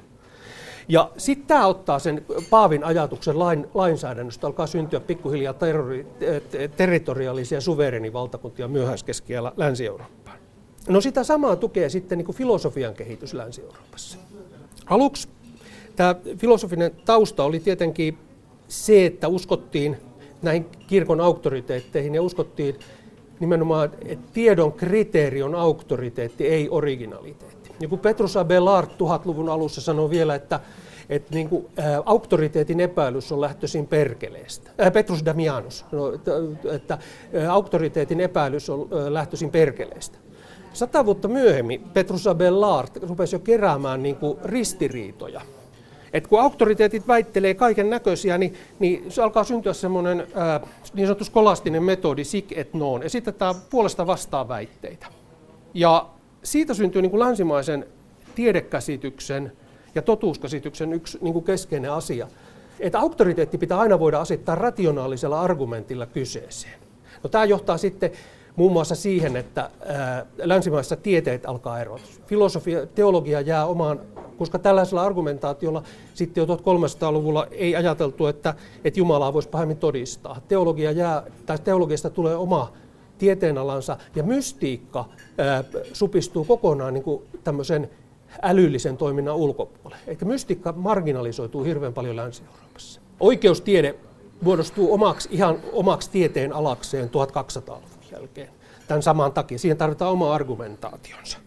Ja sitten tämä ottaa sen Paavin ajatuksen lain, lainsäädännöstä, alkaa syntyä pikkuhiljaa terrori, territoriaalisia suvereenivaltakuntia myöhäiskeskiajalla Länsi-Eurooppaan. No sitä samaa tukee sitten niin kuin filosofian kehitys Länsi-Euroopassa. Aluksi tämä filosofinen tausta oli tietenkin se, että uskottiin näihin kirkon auktoriteetteihin ja uskottiin nimenomaan, että tiedon kriteeri on auktoriteetti, ei originaliteetti. Niin kuin Petrus Abelard tuhatluvun alussa sanoi vielä, että, että niin kuin, ä, auktoriteetin epäilys on lähtöisin perkeleestä. Ä, Petrus Damianus, no, että, että ä, auktoriteetin epäilys on ä, lähtöisin perkeleestä. Sata vuotta myöhemmin Petrus Abelard rupesi jo keräämään niin kuin ristiriitoja. Et kun auktoriteetit väittelee kaiken näköisiä, niin, niin se alkaa syntyä semmoinen ää, niin sanottu skolastinen metodi, sic et non, esitetään puolesta vastaan väitteitä. Ja siitä syntyy niin kuin länsimaisen tiedekäsityksen ja totuuskäsityksen yksi niin kuin keskeinen asia, että auktoriteetti pitää aina voida asettaa rationaalisella argumentilla kyseeseen. No, tämä johtaa sitten muun muassa siihen, että ää, länsimaissa tieteet alkaa erota. Filosofia, teologia jää omaan, koska tällaisella argumentaatiolla sitten jo tuhatkolmesataaluvulla ei ajateltu, että, että Jumalaa voisi pahemmin todistaa. Teologia jää, tai teologiasta tulee oma tieteenalansa, ja mystiikka ää, supistuu kokonaan niin kuin tämmöisen älyllisen toiminnan ulkopuolelle. Eikä mystiikka marginalisoituu hirveän paljon Länsi-Euroopassa. Oikeustiede muodostuu omaksi, ihan omaksi tieteen alakseen tuhatkaksisataaluvun jälkeen. Tämän saman takia. Siihen tarvitaan oma argumentaationsa.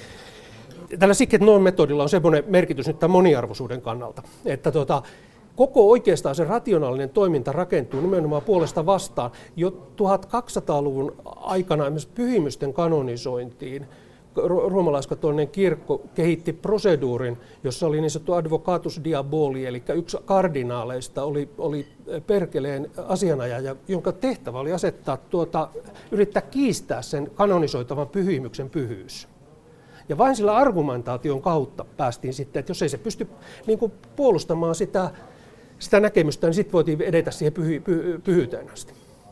Tällä sic et non -metodilla on semmoinen merkitys nyt tämän moniarvoisuuden kannalta, että tuota, koko oikeastaan se rationaalinen toiminta rakentuu nimenomaan puolesta vastaan. Jo tuhatkaksisataaluvun aikana esimerkiksi pyhimysten kanonisointiin roomalaiskatolinen kirkko kehitti proseduurin, jossa oli niin sanottu advocatus diaboli, eli yksi kardinaaleista oli, oli perkeleen asianajaja, jonka tehtävä oli asettaa tuota, yrittää kiistää sen kanonisoitavan pyhimyksen pyhyys. Ja vain sillä argumentaation kautta päästiin sitten, että jos ei se pysty niin kuin puolustamaan sitä, sitä näkemystä, niin sitten voitiin edetä siihen pyhy, py, pyhyyteen asti.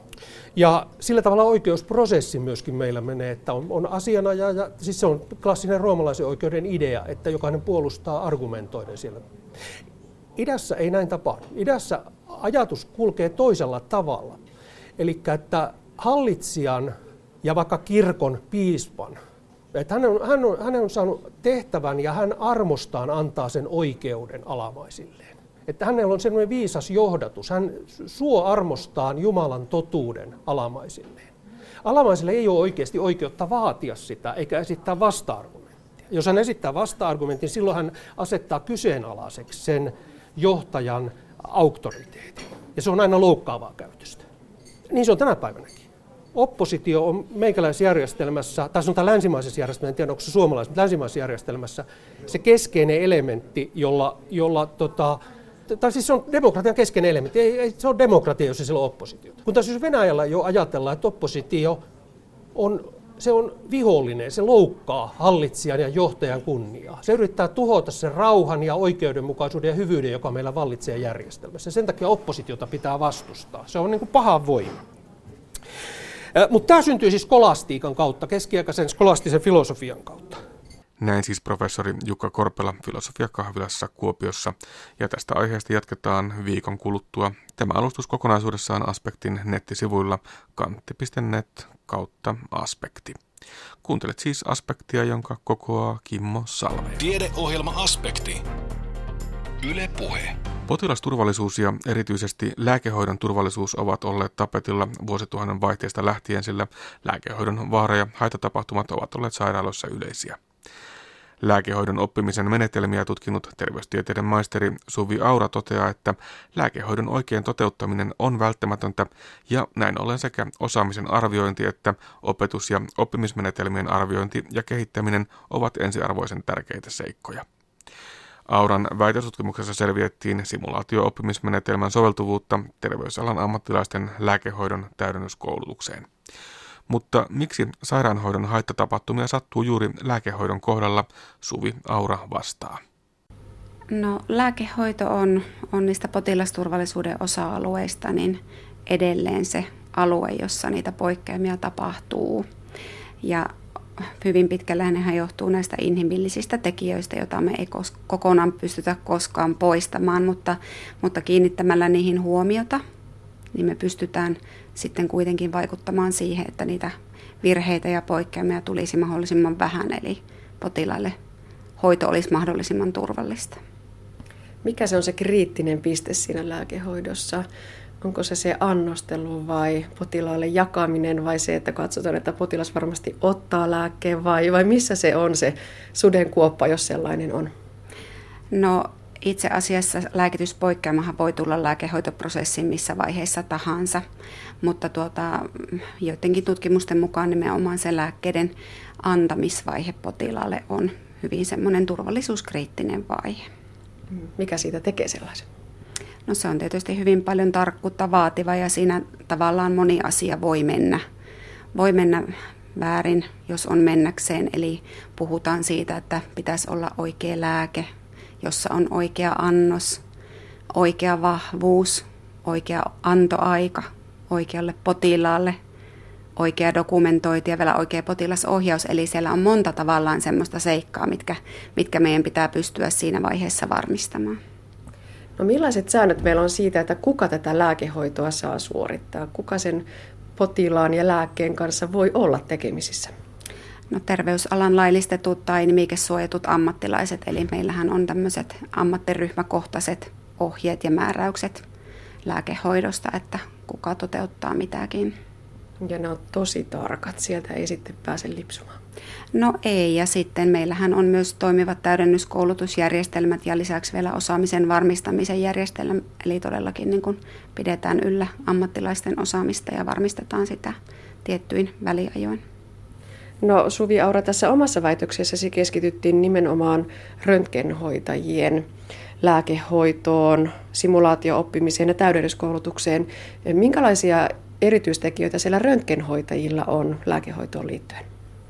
Ja sillä tavalla oikeusprosessi myöskin meillä menee, että on, on asianajaja, siis se on klassinen roomalaisen oikeuden idea, että jokainen puolustaa argumentoiden siellä. Idässä ei näin tapahdu. Idässä ajatus kulkee toisella tavalla. Eli että hallitsijan ja vaikka kirkon piispan, että hän on, hän, on, hän on saanut tehtävän ja hän armostaan antaa sen oikeuden alamaisilleen. Että hänellä on sellainen viisas johdatus, hän suo armostaan Jumalan totuuden alamaisilleen. Alamaisille ei ole oikeasti oikeutta vaatia sitä eikä esittää vasta-argumenttia. Jos hän esittää vasta-argumentin, silloin hän asettaa kyseenalaiseksi sen johtajan auktoriteetin. Ja se on aina loukkaavaa käytöstä. Niin se on tänä päivänäkin. Oppositio on meikäläisessä järjestelmässä, tai sanotaan länsimaisessa järjestelmässä, en tiedä onko se suomalaisessa, mutta länsimaisessa järjestelmässä, se keskeinen elementti, jolla, jolla tota, tai siis se on demokratian keskeinen elementti, ei, ei se on demokratia, jos ei sillä ole oppositiota. Kun taas jos Venäjällä jo ajatellaan, että oppositio on, se on vihollinen, se loukkaa hallitsijan ja johtajan kunniaa. Se yrittää tuhota sen rauhan ja oikeudenmukaisuuden ja hyvyyden, joka meillä vallitsee järjestelmässä. Sen takia oppositiota pitää vastustaa. Se on niin kuin paha voima. Mutta tämä syntyy siis skolastiikan kautta, keskiaikaisen skolastisen filosofian kautta. Näin siis professori Jukka Korpela Filosofiakahvilassa Kuopiossa. Ja tästä aiheesta jatketaan viikon kuluttua. Tämä alustus kokonaisuudessaan Aspektin nettisivuilla kantti piste net kautta aspekti. Kuuntelet siis Aspektia, jonka kokoaa Kimmo Salveen. Tiedeohjelma Aspekti. Yle Puhe. Potilasturvallisuus ja erityisesti lääkehoidon turvallisuus ovat olleet tapetilla vuosituhannen vaihteesta lähtien, sillä lääkehoidon vaara- ja haitatapahtumat ovat olleet sairaaloissa yleisiä. Lääkehoidon oppimisen menetelmiä tutkinut terveystieteiden maisteri Suvi Aura toteaa, että lääkehoidon oikein toteuttaminen on välttämätöntä ja näin ollen sekä osaamisen arviointi että opetus- ja oppimismenetelmien arviointi ja kehittäminen ovat ensiarvoisen tärkeitä seikkoja. Auran väitöstutkimuksessa selvitettiin simulaatio-oppimismenetelmän soveltuvuutta terveysalan ammattilaisten lääkehoidon täydennyskoulutukseen. Mutta miksi sairaanhoidon haittatapahtumia sattuu juuri lääkehoidon kohdalla, Suvi Aura vastaa. No, lääkehoito on, on niistä potilasturvallisuuden osa-alueista niin edelleen se alue, jossa niitä poikkeamia tapahtuu. Ja hyvin pitkälle nehän johtuu näistä inhimillisistä tekijöistä, joita me ei kos- kokonaan pystytä koskaan poistamaan, mutta, mutta kiinnittämällä niihin huomiota, niin me pystytään sitten kuitenkin vaikuttamaan siihen, että niitä virheitä ja poikkeamia tulisi mahdollisimman vähän, eli potilaille hoito olisi mahdollisimman turvallista. Mikä se on se kriittinen piste siinä lääkehoidossa? Onko se se annostelu vai potilaalle jakaminen vai se, että katsotaan, että potilas varmasti ottaa lääkkeen vai, vai missä se on se sudenkuoppa, jos sellainen on? No itse asiassa lääkityspoikkeamahan voi tulla lääkehoitoprosessin missä vaiheessa tahansa, mutta tuota, joidenkin tutkimusten mukaan nimenomaan se lääkkeiden antamisvaihe potilaalle on hyvin semmoinen turvallisuuskriittinen vaihe. Mikä siitä tekee sellaisen? No se on tietysti hyvin paljon tarkkuutta vaativa ja siinä tavallaan moni asia voi mennä, voi mennä väärin, jos on mennäkseen. Eli puhutaan siitä, että pitäisi olla oikea lääke, jossa on oikea annos, oikea vahvuus, oikea antoaika oikealle potilaalle, oikea dokumentointi ja vielä oikea potilasohjaus. Eli siellä on monta tavallaan semmoista seikkaa, mitkä, mitkä meidän pitää pystyä siinä vaiheessa varmistamaan. No millaiset säännöt meillä on siitä, että kuka tätä lääkehoitoa saa suorittaa? Kuka sen potilaan ja lääkkeen kanssa voi olla tekemisissä? No terveysalan laillistetut tai nimikesuojatut ammattilaiset, eli meillähän on tämmöiset ammattiryhmäkohtaiset ohjeet ja määräykset lääkehoidosta, että kuka toteuttaa mitäkin. Ja ne on tosi tarkat, sieltä ei sitten pääse lipsumaan. No ei, ja sitten meillähän on myös toimivat täydennyskoulutusjärjestelmät ja lisäksi vielä osaamisen varmistamisen järjestelmä, eli todellakin niin kuin pidetään yllä ammattilaisten osaamista ja varmistetaan sitä tiettyin väliajoin. No Suvi Aura, tässä omassa väitöksessäsi keskityttiin nimenomaan röntgenhoitajien lääkehoitoon, simulaatio-oppimiseen ja täydennyskoulutukseen. Minkälaisia erityistekijöitä siellä röntgenhoitajilla on lääkehoitoon liittyen?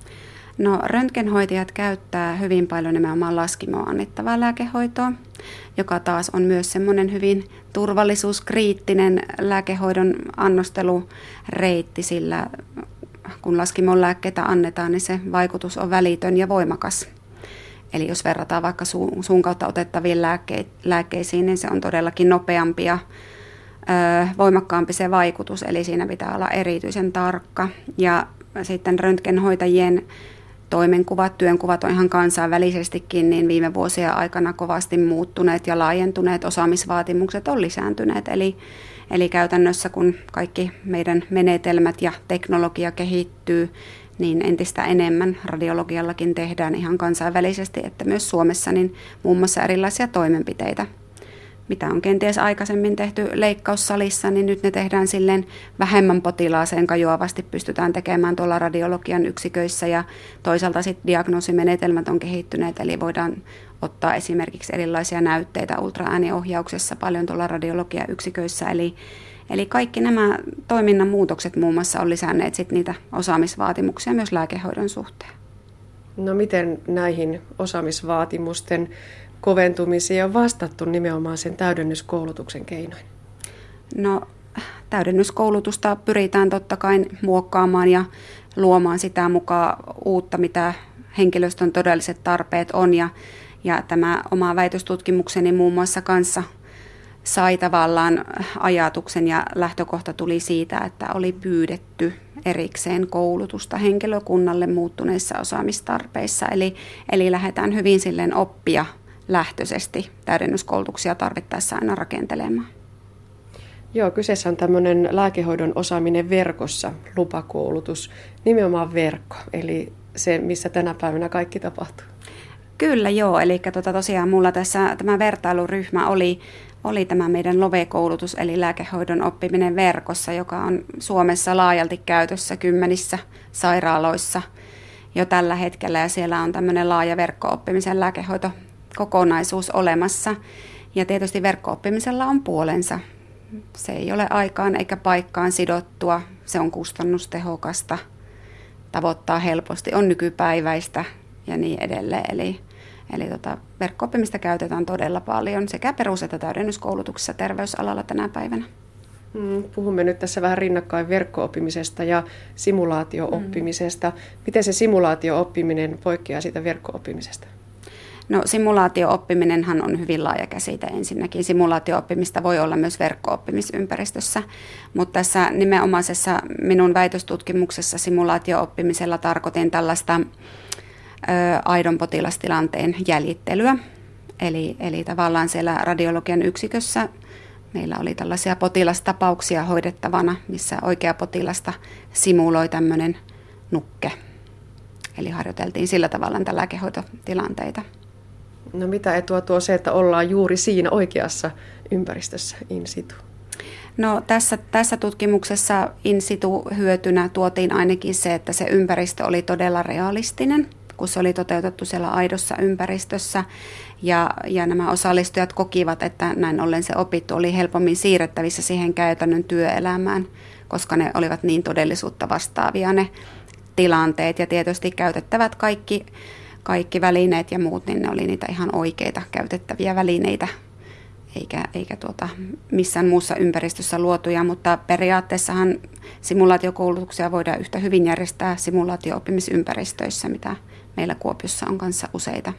No röntgenhoitajat käyttää hyvin paljon nimenomaan laskimoon annettavaa lääkehoitoa, joka taas on myös semmoinen hyvin turvallisuuskriittinen lääkehoidon annostelureitti, sillä kun laskimon lääkkeitä annetaan, niin se vaikutus on välitön ja voimakas. Eli jos verrataan vaikka suun kautta otettaviin lääkkeisiin, niin se on todellakin nopeampi ja voimakkaampi se vaikutus, eli siinä pitää olla erityisen tarkka. Ja sitten röntgenhoitajien toimenkuvat, työnkuvat on ihan kansainvälisestikin, niin viime vuosien aikana kovasti muuttuneet ja laajentuneet, osaamisvaatimukset on lisääntyneet. Eli, eli käytännössä kun kaikki meidän menetelmät ja teknologia kehittyy, niin entistä enemmän radiologiallakin tehdään ihan kansainvälisesti, että myös Suomessa niin muun muassa erilaisia toimenpiteitä. Mitä on kenties aikaisemmin tehty leikkaussalissa, niin nyt ne tehdään silleen vähemmän potilaaseen kajoavasti pystytään tekemään tuolla radiologian yksiköissä ja toisaalta sitten diagnoosimenetelmät on kehittyneet, eli voidaan ottaa esimerkiksi erilaisia näytteitä ultraääniohjauksessa paljon tuolla radiologian yksiköissä, eli, eli kaikki nämä toiminnan muutokset muun muassa on lisänneet sit niitä osaamisvaatimuksia myös lääkehoidon suhteen. No miten näihin osaamisvaatimusten koventumisiin on vastattu nimenomaan sen täydennyskoulutuksen keinoin? No täydennyskoulutusta pyritään totta kai muokkaamaan ja luomaan sitä mukaan uutta, mitä henkilöstön todelliset tarpeet on. Ja, ja tämä oma väitöstutkimukseni muun muassa kanssa sai tavallaan ajatuksen ja lähtökohta tuli siitä, että oli pyydetty erikseen koulutusta henkilökunnalle muuttuneissa osaamistarpeissa. Eli, eli lähdetään hyvin silleen oppia lähtöisesti täydennyskoulutuksia tarvittaessa aina rakentelemaan. Joo, kyseessä on tämmöinen lääkehoidon osaaminen verkossa, lupakoulutus, nimenomaan verkko, eli se, missä tänä päivänä kaikki tapahtuu. Kyllä joo, eli tuota, tosiaan mulla tässä tämä vertailuryhmä oli, oli tämä meidän LOVE-koulutus, eli lääkehoidon oppiminen verkossa, joka on Suomessa laajalti käytössä kymmenissä sairaaloissa jo tällä hetkellä, ja siellä on tämmöinen laaja verkko-oppimisen lääkehoito kokonaisuus olemassa. Ja tietysti verkko-oppimisella on puolensa. Se ei ole aikaan eikä paikkaan sidottua. Se on kustannustehokasta, tavoittaa helposti, on nykypäiväistä ja niin edelleen. Eli, eli tota, verkko-oppimista käytetään todella paljon sekä perus- että täydennyskoulutuksessa terveysalalla tänä päivänä. Puhumme nyt tässä vähän rinnakkain verkko-oppimisesta ja simulaatio-oppimisesta. Mm. Miten se simulaatio-oppiminen poikkeaa siitä verkko-oppimisesta? No simulaatio-oppiminenhan on hyvin laaja käsite ensinnäkin. Simulaatio-oppimista voi olla myös verkko-oppimisympäristössä, mutta tässä nimenomaisessa minun väitöstutkimuksessa simulaatio-oppimisella tarkoitin tällaista ö, aidon potilastilanteen jäljittelyä. Eli, eli tavallaan siellä radiologian yksikössä meillä oli tällaisia potilastapauksia hoidettavana, missä oikea potilasta simuloi tämmöinen nukke. Eli harjoiteltiin sillä tavalla näitä lääkehoitotilanteita. No mitä etua tuo se, että ollaan juuri siinä oikeassa ympäristössä in situ? No tässä, tässä tutkimuksessa in situ hyötynä tuotiin ainakin se, että se ympäristö oli todella realistinen, kun se oli toteutettu siellä aidossa ympäristössä. Ja, ja nämä osallistujat kokivat, että näin ollen se opittu oli helpommin siirrettävissä siihen käytännön työelämään, koska ne olivat niin todellisuutta vastaavia ne tilanteet. Ja tietysti käytettävät kaikki, kaikki välineet ja muut, niin ne oli niitä ihan oikeita käytettäviä välineitä, eikä, eikä tuota, missään muussa ympäristössä luotuja. Mutta periaatteessahan simulaatiokoulutuksia voidaan yhtä hyvin järjestää simulaatio-oppimisympäristöissä, mitä meillä Kuopiossa on kanssa useita.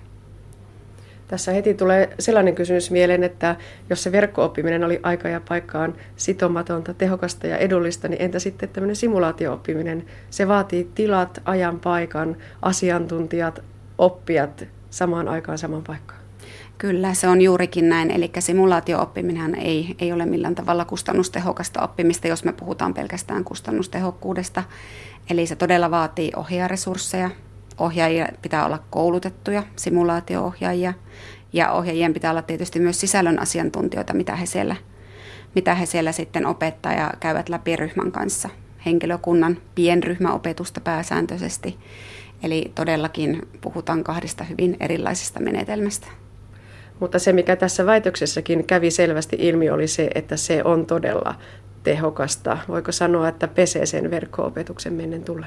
Tässä heti tulee sellainen kysymys mieleen, että jos se verkko-oppiminen oli aika ja paikkaan sitomatonta, tehokasta ja edullista, niin entä sitten tämmöinen simulaatio-oppiminen? Se vaatii tilat, ajan, paikan, asiantuntijat, oppijat samaan aikaan, samaan paikkaan. Kyllä, se on juurikin näin. Eli simulaatio-oppiminen ei, ei ole millään tavalla kustannustehokasta oppimista, jos me puhutaan pelkästään kustannustehokkuudesta. Eli se todella vaatii ohjaajaresursseja. Ohjaajia pitää olla koulutettuja, simulaatio-ohjaajia, ja ohjaajien pitää olla tietysti myös sisällön asiantuntijoita, mitä he siellä, mitä he siellä sitten opettaa ja käyvät läpi ryhmän kanssa. Henkilökunnan pienryhmäopetusta pääsääntöisesti. Eli todellakin puhutaan kahdesta hyvin erilaisesta menetelmästä. Mutta se, mikä tässä väitöksessäkin kävi selvästi ilmi, oli se, että se on todella tehokasta. Voiko sanoa, että pesee sen verkko-opetuksen mennen tullen?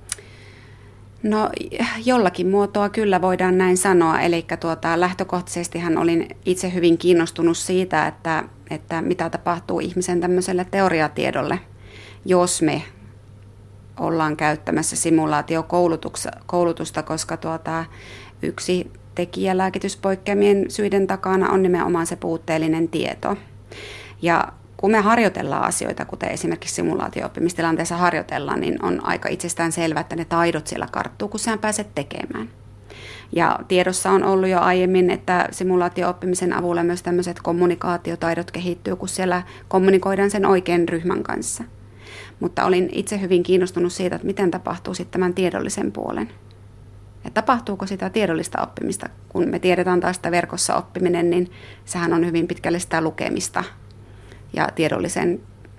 No jollakin muotoa kyllä voidaan näin sanoa, eli tuota, lähtökohtaisestihan olin itse hyvin kiinnostunut siitä, että, että mitä tapahtuu ihmisen tämmöiselle teoriatiedolle, jos me ollaan käyttämässä simulaatiokoulutusta, koska tuota, yksi tekijä lääkityspoikkeamien syiden takana on nimenomaan se puutteellinen tieto. Ja kun me harjoitellaan asioita, kuten esimerkiksi simulaatio-oppimistilanteessa harjoitellaan, niin on aika itsestään selvää, että ne taidot siellä karttuu, kun sä pääset tekemään. Ja tiedossa on ollut jo aiemmin, että simulaatio-oppimisen avulla myös tämmöiset kommunikaatiotaidot kehittyy, kun siellä kommunikoidaan sen oikean ryhmän kanssa. Mutta olin itse hyvin kiinnostunut siitä, että miten tapahtuu sitten tämän tiedollisen puolen. Ja tapahtuuko sitä tiedollista oppimista? Kun me tiedetään taas, että verkossa oppiminen, niin sehän on hyvin pitkälle sitä lukemista ja tiedollisen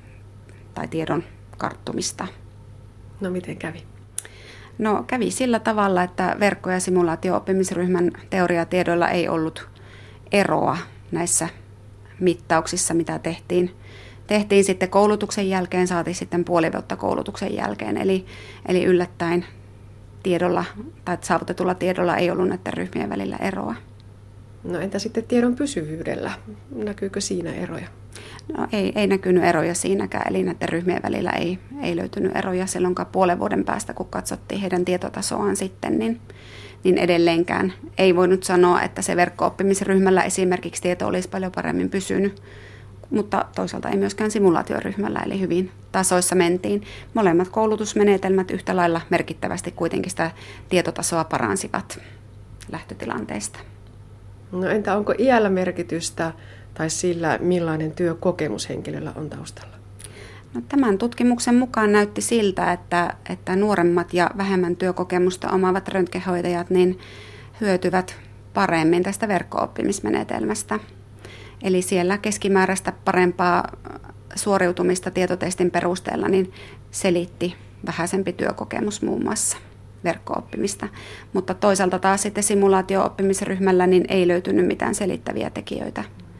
tai tiedon karttumista. No miten kävi? No kävi sillä tavalla, että verkko- ja simulaatio-oppimisryhmän teoriatiedoilla ei ollut eroa näissä mittauksissa, mitä tehtiin. Tehtiin sitten koulutuksen jälkeen, saatiin sitten puoli vuotta koulutuksen jälkeen, eli, eli yllättäen tiedolla tai saavutetulla tiedolla ei ollut näiden ryhmien välillä eroa. No entä sitten tiedon pysyvyydellä? Näkyykö siinä eroja? No ei, ei näkynyt eroja siinäkään, eli näiden ryhmien välillä ei, ei löytynyt eroja silloinkaan puolen vuoden päästä, kun katsottiin heidän tietotasoaan sitten, niin, niin edelleenkään ei voinut sanoa, että se verkko-oppimisryhmällä esimerkiksi tieto olisi paljon paremmin pysynyt, mutta toisaalta ei myöskään simulaatioryhmällä, eli hyvin tasoissa mentiin. Molemmat koulutusmenetelmät yhtä lailla merkittävästi kuitenkin sitä tietotasoa paransivat lähtötilanteesta. No entä onko iällä merkitystä tai sillä, millainen työkokemus henkilöllä on taustalla? No, tämän tutkimuksen mukaan näytti siltä, että, että nuoremmat ja vähemmän työkokemusta omaavat röntgenhoitajat niin hyötyvät paremmin tästä verkko-oppimismenetelmästä. Eli siellä keskimääräistä parempaa suoriutumista tietotestin perusteella niin selitti vähäisempi työkokemus muun muassa verkko-oppimista. Mutta toisaalta taas sitten simulaatio-oppimisryhmällä niin ei löytynyt mitään selittäviä tekijöitä.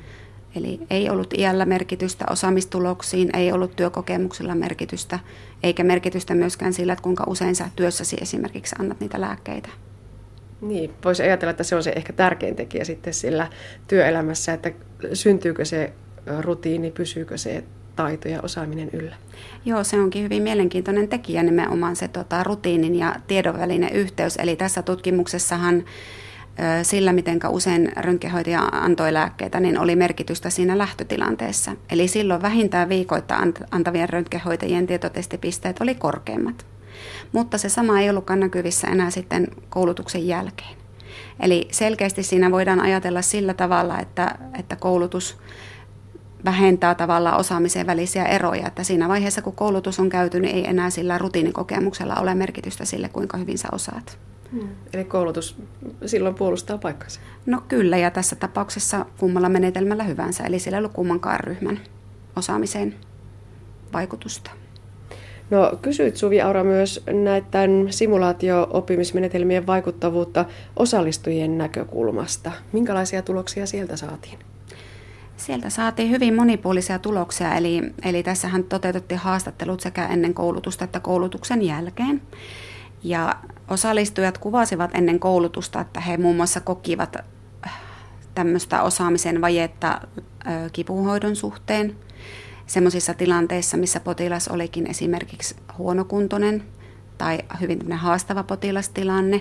Eli ei ollut iällä merkitystä osaamistuloksiin, ei ollut työkokemuksilla merkitystä, eikä merkitystä myöskään sillä, että kuinka usein sä työssäsi esimerkiksi annat niitä lääkkeitä. Niin, voisi ajatella, että se on se ehkä tärkein tekijä sitten sillä työelämässä, että syntyykö se rutiini, pysyykö se taito ja osaaminen yllä. Joo, se onkin hyvin mielenkiintoinen tekijä nimenomaan se tota, rutiinin ja tiedon välinen yhteys. Eli tässä tutkimuksessahan ö, sillä, miten usein röntgenhoitaja antoi lääkkeitä, niin oli merkitystä siinä lähtötilanteessa. Eli silloin vähintään viikoittain antavien röntgenhoitajien tietotestipisteet oli korkeimmat. Mutta se sama ei ollutkaan näkyvissä enää sitten koulutuksen jälkeen. Eli selkeästi siinä voidaan ajatella sillä tavalla, että, että koulutus vähentää tavallaan osaamisen välisiä eroja. Että siinä vaiheessa, kun koulutus on käyty, niin ei enää sillä rutiinikokemuksella ole merkitystä sille, kuinka hyvin sä osaat. Hmm. Eli koulutus silloin puolustaa paikkansa? No kyllä, ja tässä tapauksessa kummalla menetelmällä hyvänsä. Eli sillä ei ollut kummankaan ryhmän osaamiseen vaikutusta. No kysyit Suvi Aura myös näiden simulaatio-oppimismenetelmien vaikuttavuutta osallistujien näkökulmasta. Minkälaisia tuloksia sieltä saatiin? Sieltä saatiin hyvin monipuolisia tuloksia, eli, eli tässähän toteutettiin haastattelut sekä ennen koulutusta että koulutuksen jälkeen. Ja osallistujat kuvasivat ennen koulutusta, että he muun muassa kokivat tämmöistä osaamisen vajetta kipuhoidon suhteen. Sellaisissa tilanteissa, missä potilas olikin esimerkiksi huonokuntoinen tai hyvin haastava potilastilanne,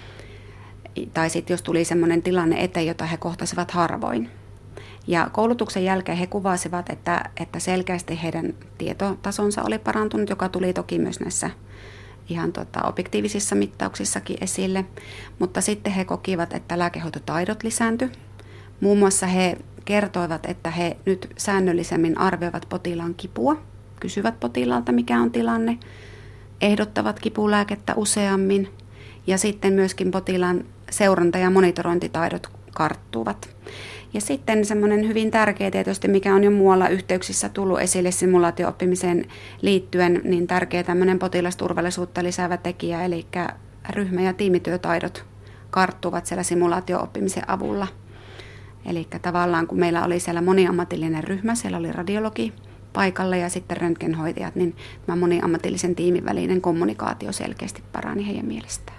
tai sitten jos tuli sellainen tilanne eteen, jota he kohtasivat harvoin. Ja koulutuksen jälkeen he kuvasivat, että, että selkeästi heidän tietotasonsa oli parantunut, joka tuli toki myös näissä ihan tota, objektiivisissa mittauksissakin esille. Mutta sitten he kokivat, että lääkehoitotaidot lisääntyi. Muun muassa he kertoivat, että he nyt säännöllisemmin arvioivat potilaan kipua, kysyvät potilaalta mikä on tilanne, ehdottavat kipulääkettä useammin ja sitten myöskin potilaan seuranta- ja monitorointitaidot karttuvat. Ja sitten semmoinen hyvin tärkeä tietysti, mikä on jo muualla yhteyksissä tullut esille simulaatio-oppimiseen liittyen, niin tärkeä tämmöinen potilasturvallisuutta lisäävä tekijä, eli ryhmä- ja tiimityötaidot karttuvat siellä simulaatio-oppimisen avulla. Eli tavallaan kun meillä oli siellä moniammatillinen ryhmä, siellä oli radiologi paikalla ja sitten röntgenhoitajat, niin tämä moniammatillisen tiimin välinen kommunikaatio selkeästi parani heidän mielestään.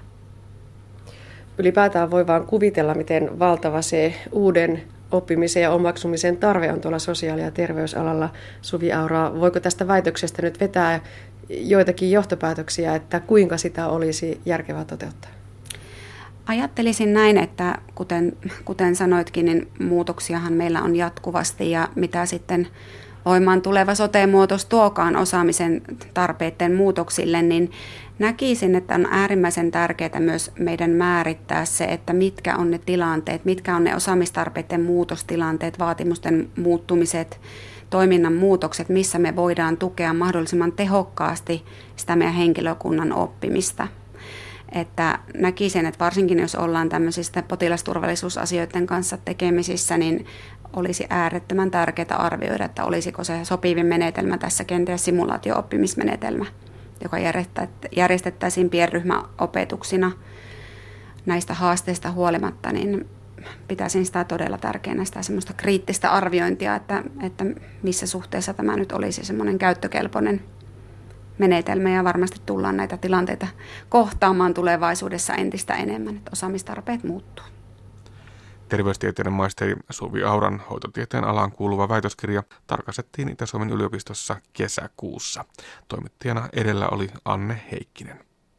Ylipäätään voi vaan kuvitella, miten valtava se uuden oppimisen ja omaksumisen tarve on tuolla sosiaali- ja terveysalalla. Suvi Aura, voiko tästä väitöksestä nyt vetää joitakin johtopäätöksiä, että kuinka sitä olisi järkevää toteuttaa? Ajattelisin näin, että kuten, kuten sanoitkin, niin muutoksiahan meillä on jatkuvasti ja mitä sitten voimaan tuleva sote-muutos tuokaan osaamisen tarpeiden muutoksille, niin näkisin, että on äärimmäisen tärkeää myös meidän määrittää se, että mitkä on ne tilanteet, mitkä on ne osaamistarpeiden muutostilanteet, vaatimusten muuttumiset, toiminnan muutokset, missä me voidaan tukea mahdollisimman tehokkaasti sitä meidän henkilökunnan oppimista. Että näkisin, että varsinkin jos ollaan tämmöisistä potilasturvallisuusasioiden kanssa tekemisissä, niin olisi äärettömän tärkeää arvioida, että olisiko se sopivin menetelmä tässä kenties simulaatio-oppimismenetelmä, joka järjestettäisiin pienryhmäopetuksina näistä haasteista huolimatta, niin pitäisin sitä todella tärkeänä, sitä semmoista kriittistä arviointia, että, että missä suhteessa tämä nyt olisi semmoinen käyttökelpoinen menetelmä, ja varmasti tullaan näitä tilanteita kohtaamaan tulevaisuudessa entistä enemmän, että osaamistarpeet muuttuu. Terveystieteiden maisteri Suvi Auran hoitotieteen alaan kuuluva väitöskirja tarkastettiin Itä-Suomen yliopistossa kesäkuussa. Toimittajana edellä oli Anne Heikkinen.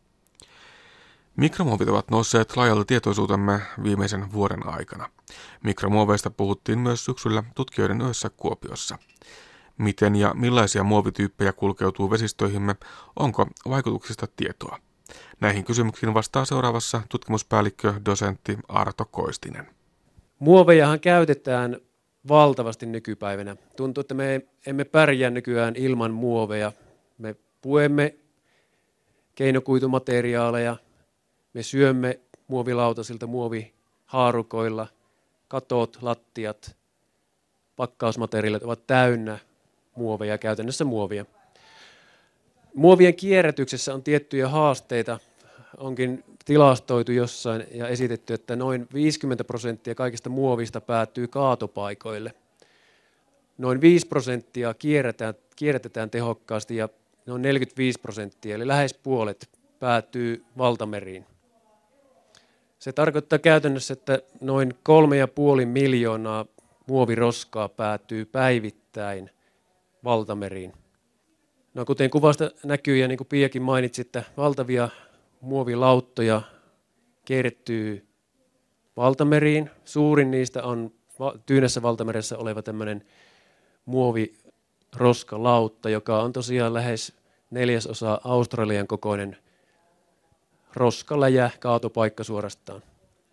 Mikromuovit ovat nousseet laajalta tietoisuutemme viimeisen vuoden aikana. Mikromuoveista puhuttiin myös syksyllä tutkijoiden yössä Kuopiossa. Miten ja millaisia muovityyppejä kulkeutuu vesistöihimme, onko vaikutuksista tietoa? Näihin kysymyksiin vastaa seuraavassa tutkimuspäällikkö, dosentti Arto Koistinen. Muovejahan käytetään valtavasti nykypäivänä. Tuntuu, että me emme pärjää nykyään ilman muoveja. Me puemme keinokuitumateriaaleja, me syömme muovilautasilta, muovihaarukoilla, katot, lattiat, pakkausmateriaalit ovat täynnä muoveja, käytännössä muovia. Muovien kierrätyksessä on tiettyjä haasteita. Onkin tilastoitu jossain ja esitetty, että noin viisikymmentä prosenttia kaikista muovista päätyy kaatopaikoille. Noin viisi prosenttia kierrätetään, kierrätetään tehokkaasti ja noin neljäkymmentäviisi prosenttia, eli lähes puolet, päätyy valtameriin. Se tarkoittaa käytännössä, että noin kolme ja puoli miljoonaa muoviroskaa päätyy päivittäin valtameriin. No, kuten kuvasta näkyy ja niin kuin Piakin mainitsi, että valtavia muovilauttoja kertyy valtameriin. Suurin niistä on Tyynessä valtameressä oleva tämmöinen muoviroskalauta, joka on tosiaan lähes neljäsosa Australian kokoinen roskaläjä, kaatopaikka suorastaan.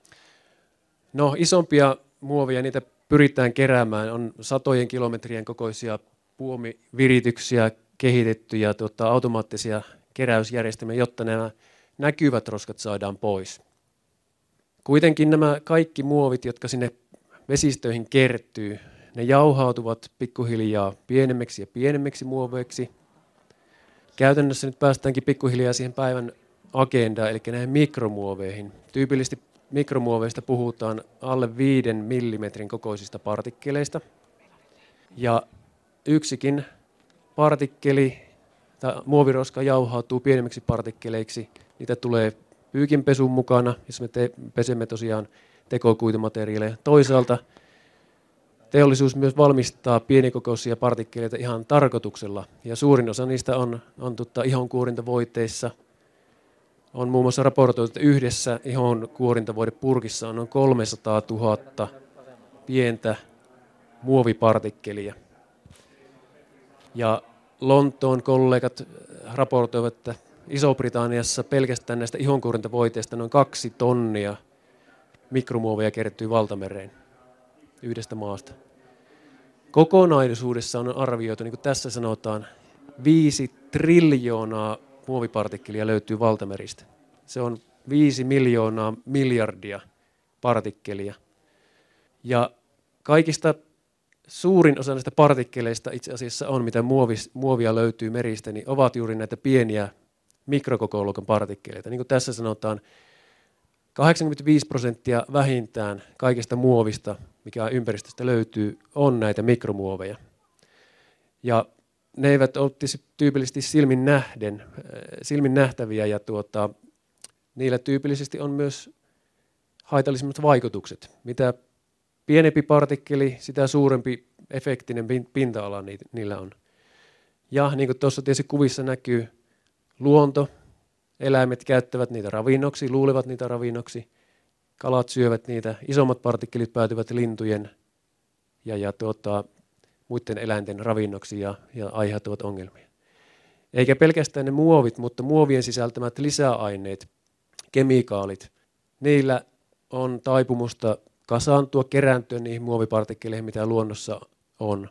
No, isompia muovia, niitä pyritään keräämään. On satojen kilometrien kokoisia puomivirityksiä kehitetty ja tuota, automaattisia keräysjärjestelmiä, jotta nämä näkyvät roskat saadaan pois. Kuitenkin nämä kaikki muovit, jotka sinne vesistöihin kertyy, ne jauhautuvat pikkuhiljaa pienemmiksi ja pienemmiksi muoveiksi. Käytännössä nyt päästäänkin pikkuhiljaa siihen päivän agendaan, eli näihin mikromuoveihin. Tyypillisesti mikromuoveista puhutaan alle viiden millimetrin kokoisista partikkeleista. Ja yksikin partikkeli tai muoviroska jauhautuu pienemmiksi partikkeleiksi. Niitä tulee pyykinpesun mukana, jos me te- pesemme tosiaan tekokuitumateriaaleja. Toisaalta teollisuus myös valmistaa pienikokoisia partikkeleita ihan tarkoituksella. Ja suurin osa niistä on, on tutta, ihonkuorintavoiteissa. On muun muassa raportoitu, että yhdessä ihonkuorintavoidepurkissa on noin kolmesataatuhatta pientä muovipartikkelia. Ja Lontoon kollegat raportoivat, että Iso-Britanniassa pelkästään näistä ihonkuorintavoiteista noin kaksi tonnia mikromuoveja kertyy valtamereen yhdestä maasta. Kokonaisuudessa on arvioitu, niin kuin tässä sanotaan, viisi triljoonaa muovipartikkelia löytyy valtameristä. Se on viisi miljoonaa miljardia partikkelia. Ja kaikista suurin osa näistä partikkeleista itse asiassa on, mitä muovis, muovia löytyy meristä, niin ovat juuri näitä pieniä mikrokokoluokan partikkeleita. Niin kuin tässä sanotaan, kahdeksankymmentäviisi prosenttia vähintään kaikista muovista, mikä ympäristöstä löytyy, on näitä mikromuoveja. Ja ne eivät ole tyypillisesti silmin, nähden, silmin nähtäviä, ja tuota, niillä tyypillisesti on myös haitallisimmat vaikutukset. Mitä pienempi partikkeli, sitä suurempi efektinen pinta-ala niillä on. Ja niin kuin tuossa tietysti kuvissa näkyy, luonto, eläimet käyttävät niitä ravinnoksi, luulevat niitä ravinnoksi, kalat syövät niitä, isommat partikkelit päätyvät lintujen ja, ja tuota, muiden eläinten ravinnoksi ja, ja aiheuttavat ongelmia. Eikä pelkästään ne muovit, mutta muovien sisältämät lisäaineet, kemikaalit, niillä on taipumusta kasaantua, kerääntyä niihin muovipartikkeleihin, mitä luonnossa on.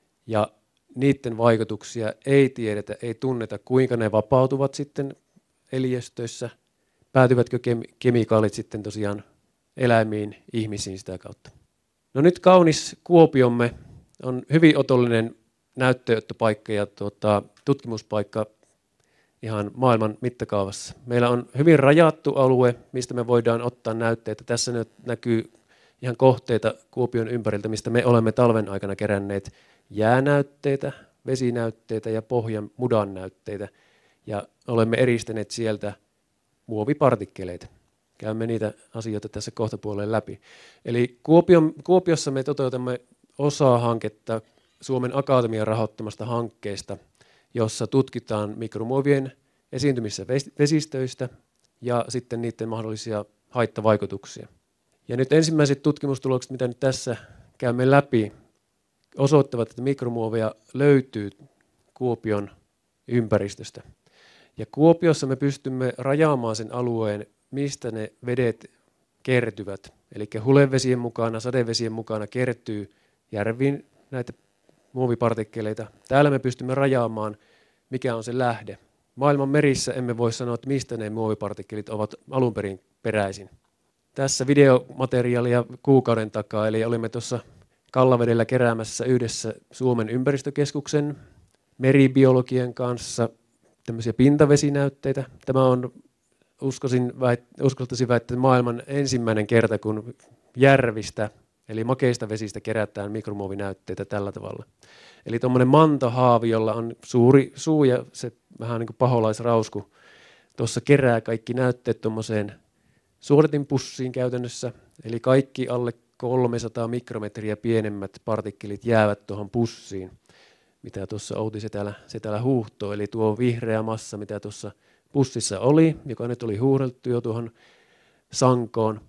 Ja niiden vaikutuksia ei tiedetä, ei tunneta, kuinka ne vapautuvat sitten eliöstöissä. Päätyvätkö kem- kemikaalit sitten tosiaan eläimiin, ihmisiin sitä kautta. No nyt kaunis Kuopiomme on hyvin otollinen näytteenottopaikka ja tuota, tutkimuspaikka ihan maailman mittakaavassa. Meillä on hyvin rajattu alue, mistä me voidaan ottaa näytteitä. Tässä nyt näkyy ihan kohteita Kuopion ympäriltä, mistä me olemme talven aikana keränneet jäänäytteitä, vesinäytteitä ja pohjan mudan näytteitä. Ja olemme eristäneet sieltä muovipartikkeleita. Käymme niitä asioita tässä kohtapuoleen läpi. Eli Kuopion, Kuopiossa me toteutamme osaa hanketta Suomen Akatemian rahoittamasta hankkeesta, jossa tutkitaan mikromuovien esiintymissä vesistöistä ja sitten niiden mahdollisia haittavaikutuksia. Ja nyt ensimmäiset tutkimustulokset, mitä nyt tässä käymme läpi, osoittavat, että mikromuoveja löytyy Kuopion ympäristöstä. Ja Kuopiossa me pystymme rajaamaan sen alueen, mistä ne vedet kertyvät. Eli hulevesien mukana, sadevesien mukana kertyy järviin näitä muovipartikkeleita. Täällä me pystymme rajaamaan, mikä on se lähde. Maailman merissä emme voi sanoa, että mistä ne muovipartikkelit ovat alun perin peräisin. Tässä videomateriaalia kuukauden takaa, eli olimme tuossa Kallavedellä keräämässä yhdessä Suomen ympäristökeskuksen meribiologien kanssa tämmöisiä pintavesinäytteitä. Tämä on, uskoisin, uskaltaisin väittää, maailman ensimmäinen kerta, kun järvistä, eli makeista vesistä kerätään mikromuovinäytteitä tällä tavalla. Eli tuommoinen mantahaavi, jolla on suuri suu ja se vähän niin kuin paholaisrausku, tuossa kerää kaikki näytteet tuommoiseen suodatinpussiin käytännössä, eli kaikki alle kolmesataa mikrometriä pienemmät partikkelit jäävät tuohon pussiin, mitä tuossa Outi se täällä, se täällä huuhtoo, eli tuo vihreä massa, mitä tuossa pussissa oli, joka nyt oli huuhdettu jo tuohon sankoon.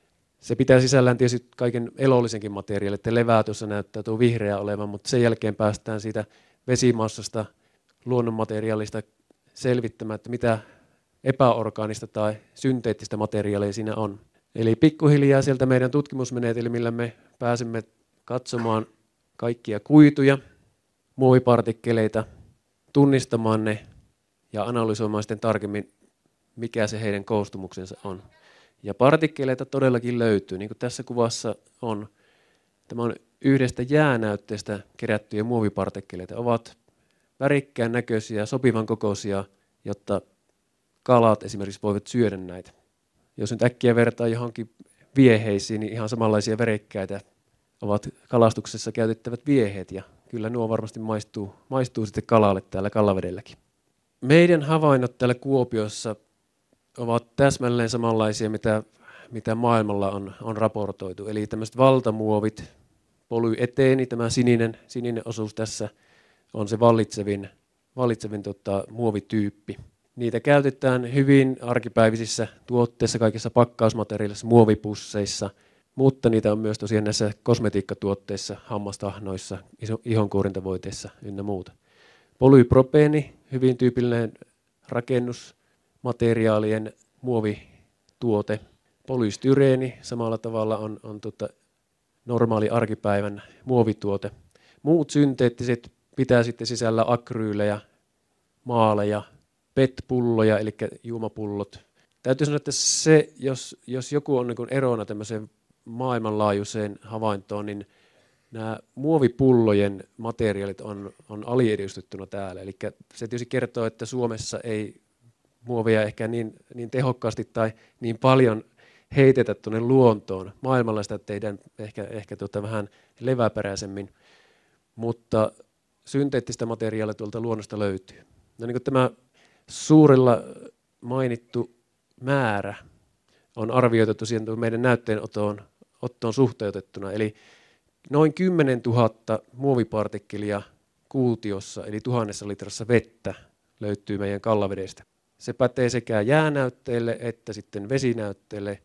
Se pitää sisällään tietysti kaiken elollisenkin materiaalin, että levää tuossa näyttää tuo vihreä olevan, mutta sen jälkeen päästään siitä vesimassasta, luonnonmateriaalista selvittämään, että mitä epäorgaanista tai synteettistä materiaalia siinä on. Eli pikkuhiljaa sieltä meidän tutkimusmenetelmillä me pääsemme katsomaan kaikkia kuituja, muovipartikkeleita, tunnistamaan ne ja analysoimaan sitten tarkemmin, mikä se heidän koostumuksensa on. Ja partikkeleita todellakin löytyy, niin kuin tässä kuvassa on. Tämä on yhdestä jäänäytteestä kerättyjä muovipartikkeleita. Ovat värikkään näköisiä, sopivan kokoisia, jotta kalat esimerkiksi voivat syödä näitä. Jos nyt äkkiä vertaa johonkin vieheisiin, niin ihan samanlaisia värikkäitä ovat kalastuksessa käytettävät vieheet. Ja kyllä nuo varmasti maistuu, maistuu sitten kalalle täällä Kallavedelläkin. Meidän havainnot täällä Kuopiossa ovat täsmälleen samanlaisia, mitä, mitä maailmalla on, on raportoitu. Eli tämmöiset valtamuovit, polyeteeni, tämä sininen, sininen osuus tässä on se vallitsevin, vallitsevin tota, muovityyppi. Niitä käytetään hyvin arkipäivisissä tuotteissa, kaikissa pakkausmateriaalissa, muovipusseissa, mutta niitä on myös tosiaan näissä kosmetiikkatuotteissa, hammastahnoissa, ihonkuorintavoiteissa ynnä muuta. Polypropeeni, hyvin tyypillinen rakennusmateriaalien muovituote. Polystyreeni samalla tavalla on, on tota normaali arkipäivän muovituote. Muut synteettiset pitää sitten sisällä akryylejä, maaleja, P E T-pulloja, eli juomapullot. Täytyy sanoa, että se, jos, jos joku on niin kuin erona tämmöiseen maailmanlaajuiseen havaintoon, niin nämä muovipullojen materiaalit on, on aliedustettuna täällä. Eli se tietysti kertoo, että Suomessa ei muovia ehkä niin, niin tehokkaasti tai niin paljon heitetä tuonne luontoon. Maailmalla sitä tehdään ehkä, ehkä tuota vähän leväperäisemmin, mutta synteettistä materiaalia tuolta luonnosta löytyy. No niin kuin tämä suurella mainittu määrä on arvioitu tosiaan meidän näytteenottoon ottoon suhteutettuna, eli noin kymmenen tuhatta muovipartikkelia kuutiossa, eli tuhannessa litrassa vettä löytyy meidän Kallavedestä. Se pätee sekä jäänäytteelle että sitten vesinäytteelle.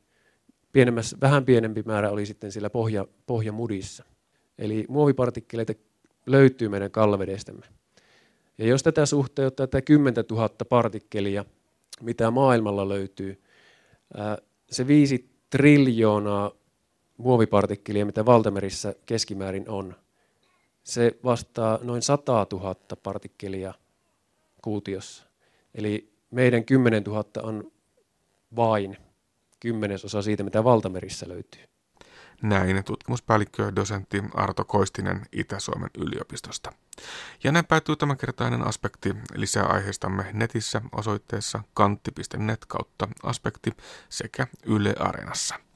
Pienemmässä, vähän pienempi määrä oli sitten siellä pohja, pohjamudissa. Eli muovipartikkeleita löytyy meidän kalvedestämme. Ja jos tätä suhteuttaa tätä kymmentätuhatta partikkelia, mitä maailmalla löytyy, se viisi triljoonaa muovipartikkelia, mitä valtamerissä keskimäärin on, se vastaa noin satatuhatta partikkelia kuutiossa. Eli meidän kymmenentuhatta on vain kymmenesosa siitä, mitä valtamerissä löytyy. Näin tutkimuspäällikkö dosentti Arto Koistinen Itä-Suomen yliopistosta. Ja näin päättyy tämänkertainen Aspekti. Lisää aiheistamme netissä osoitteessa kantti piste net kautta aspekti sekä Yle Areenassa.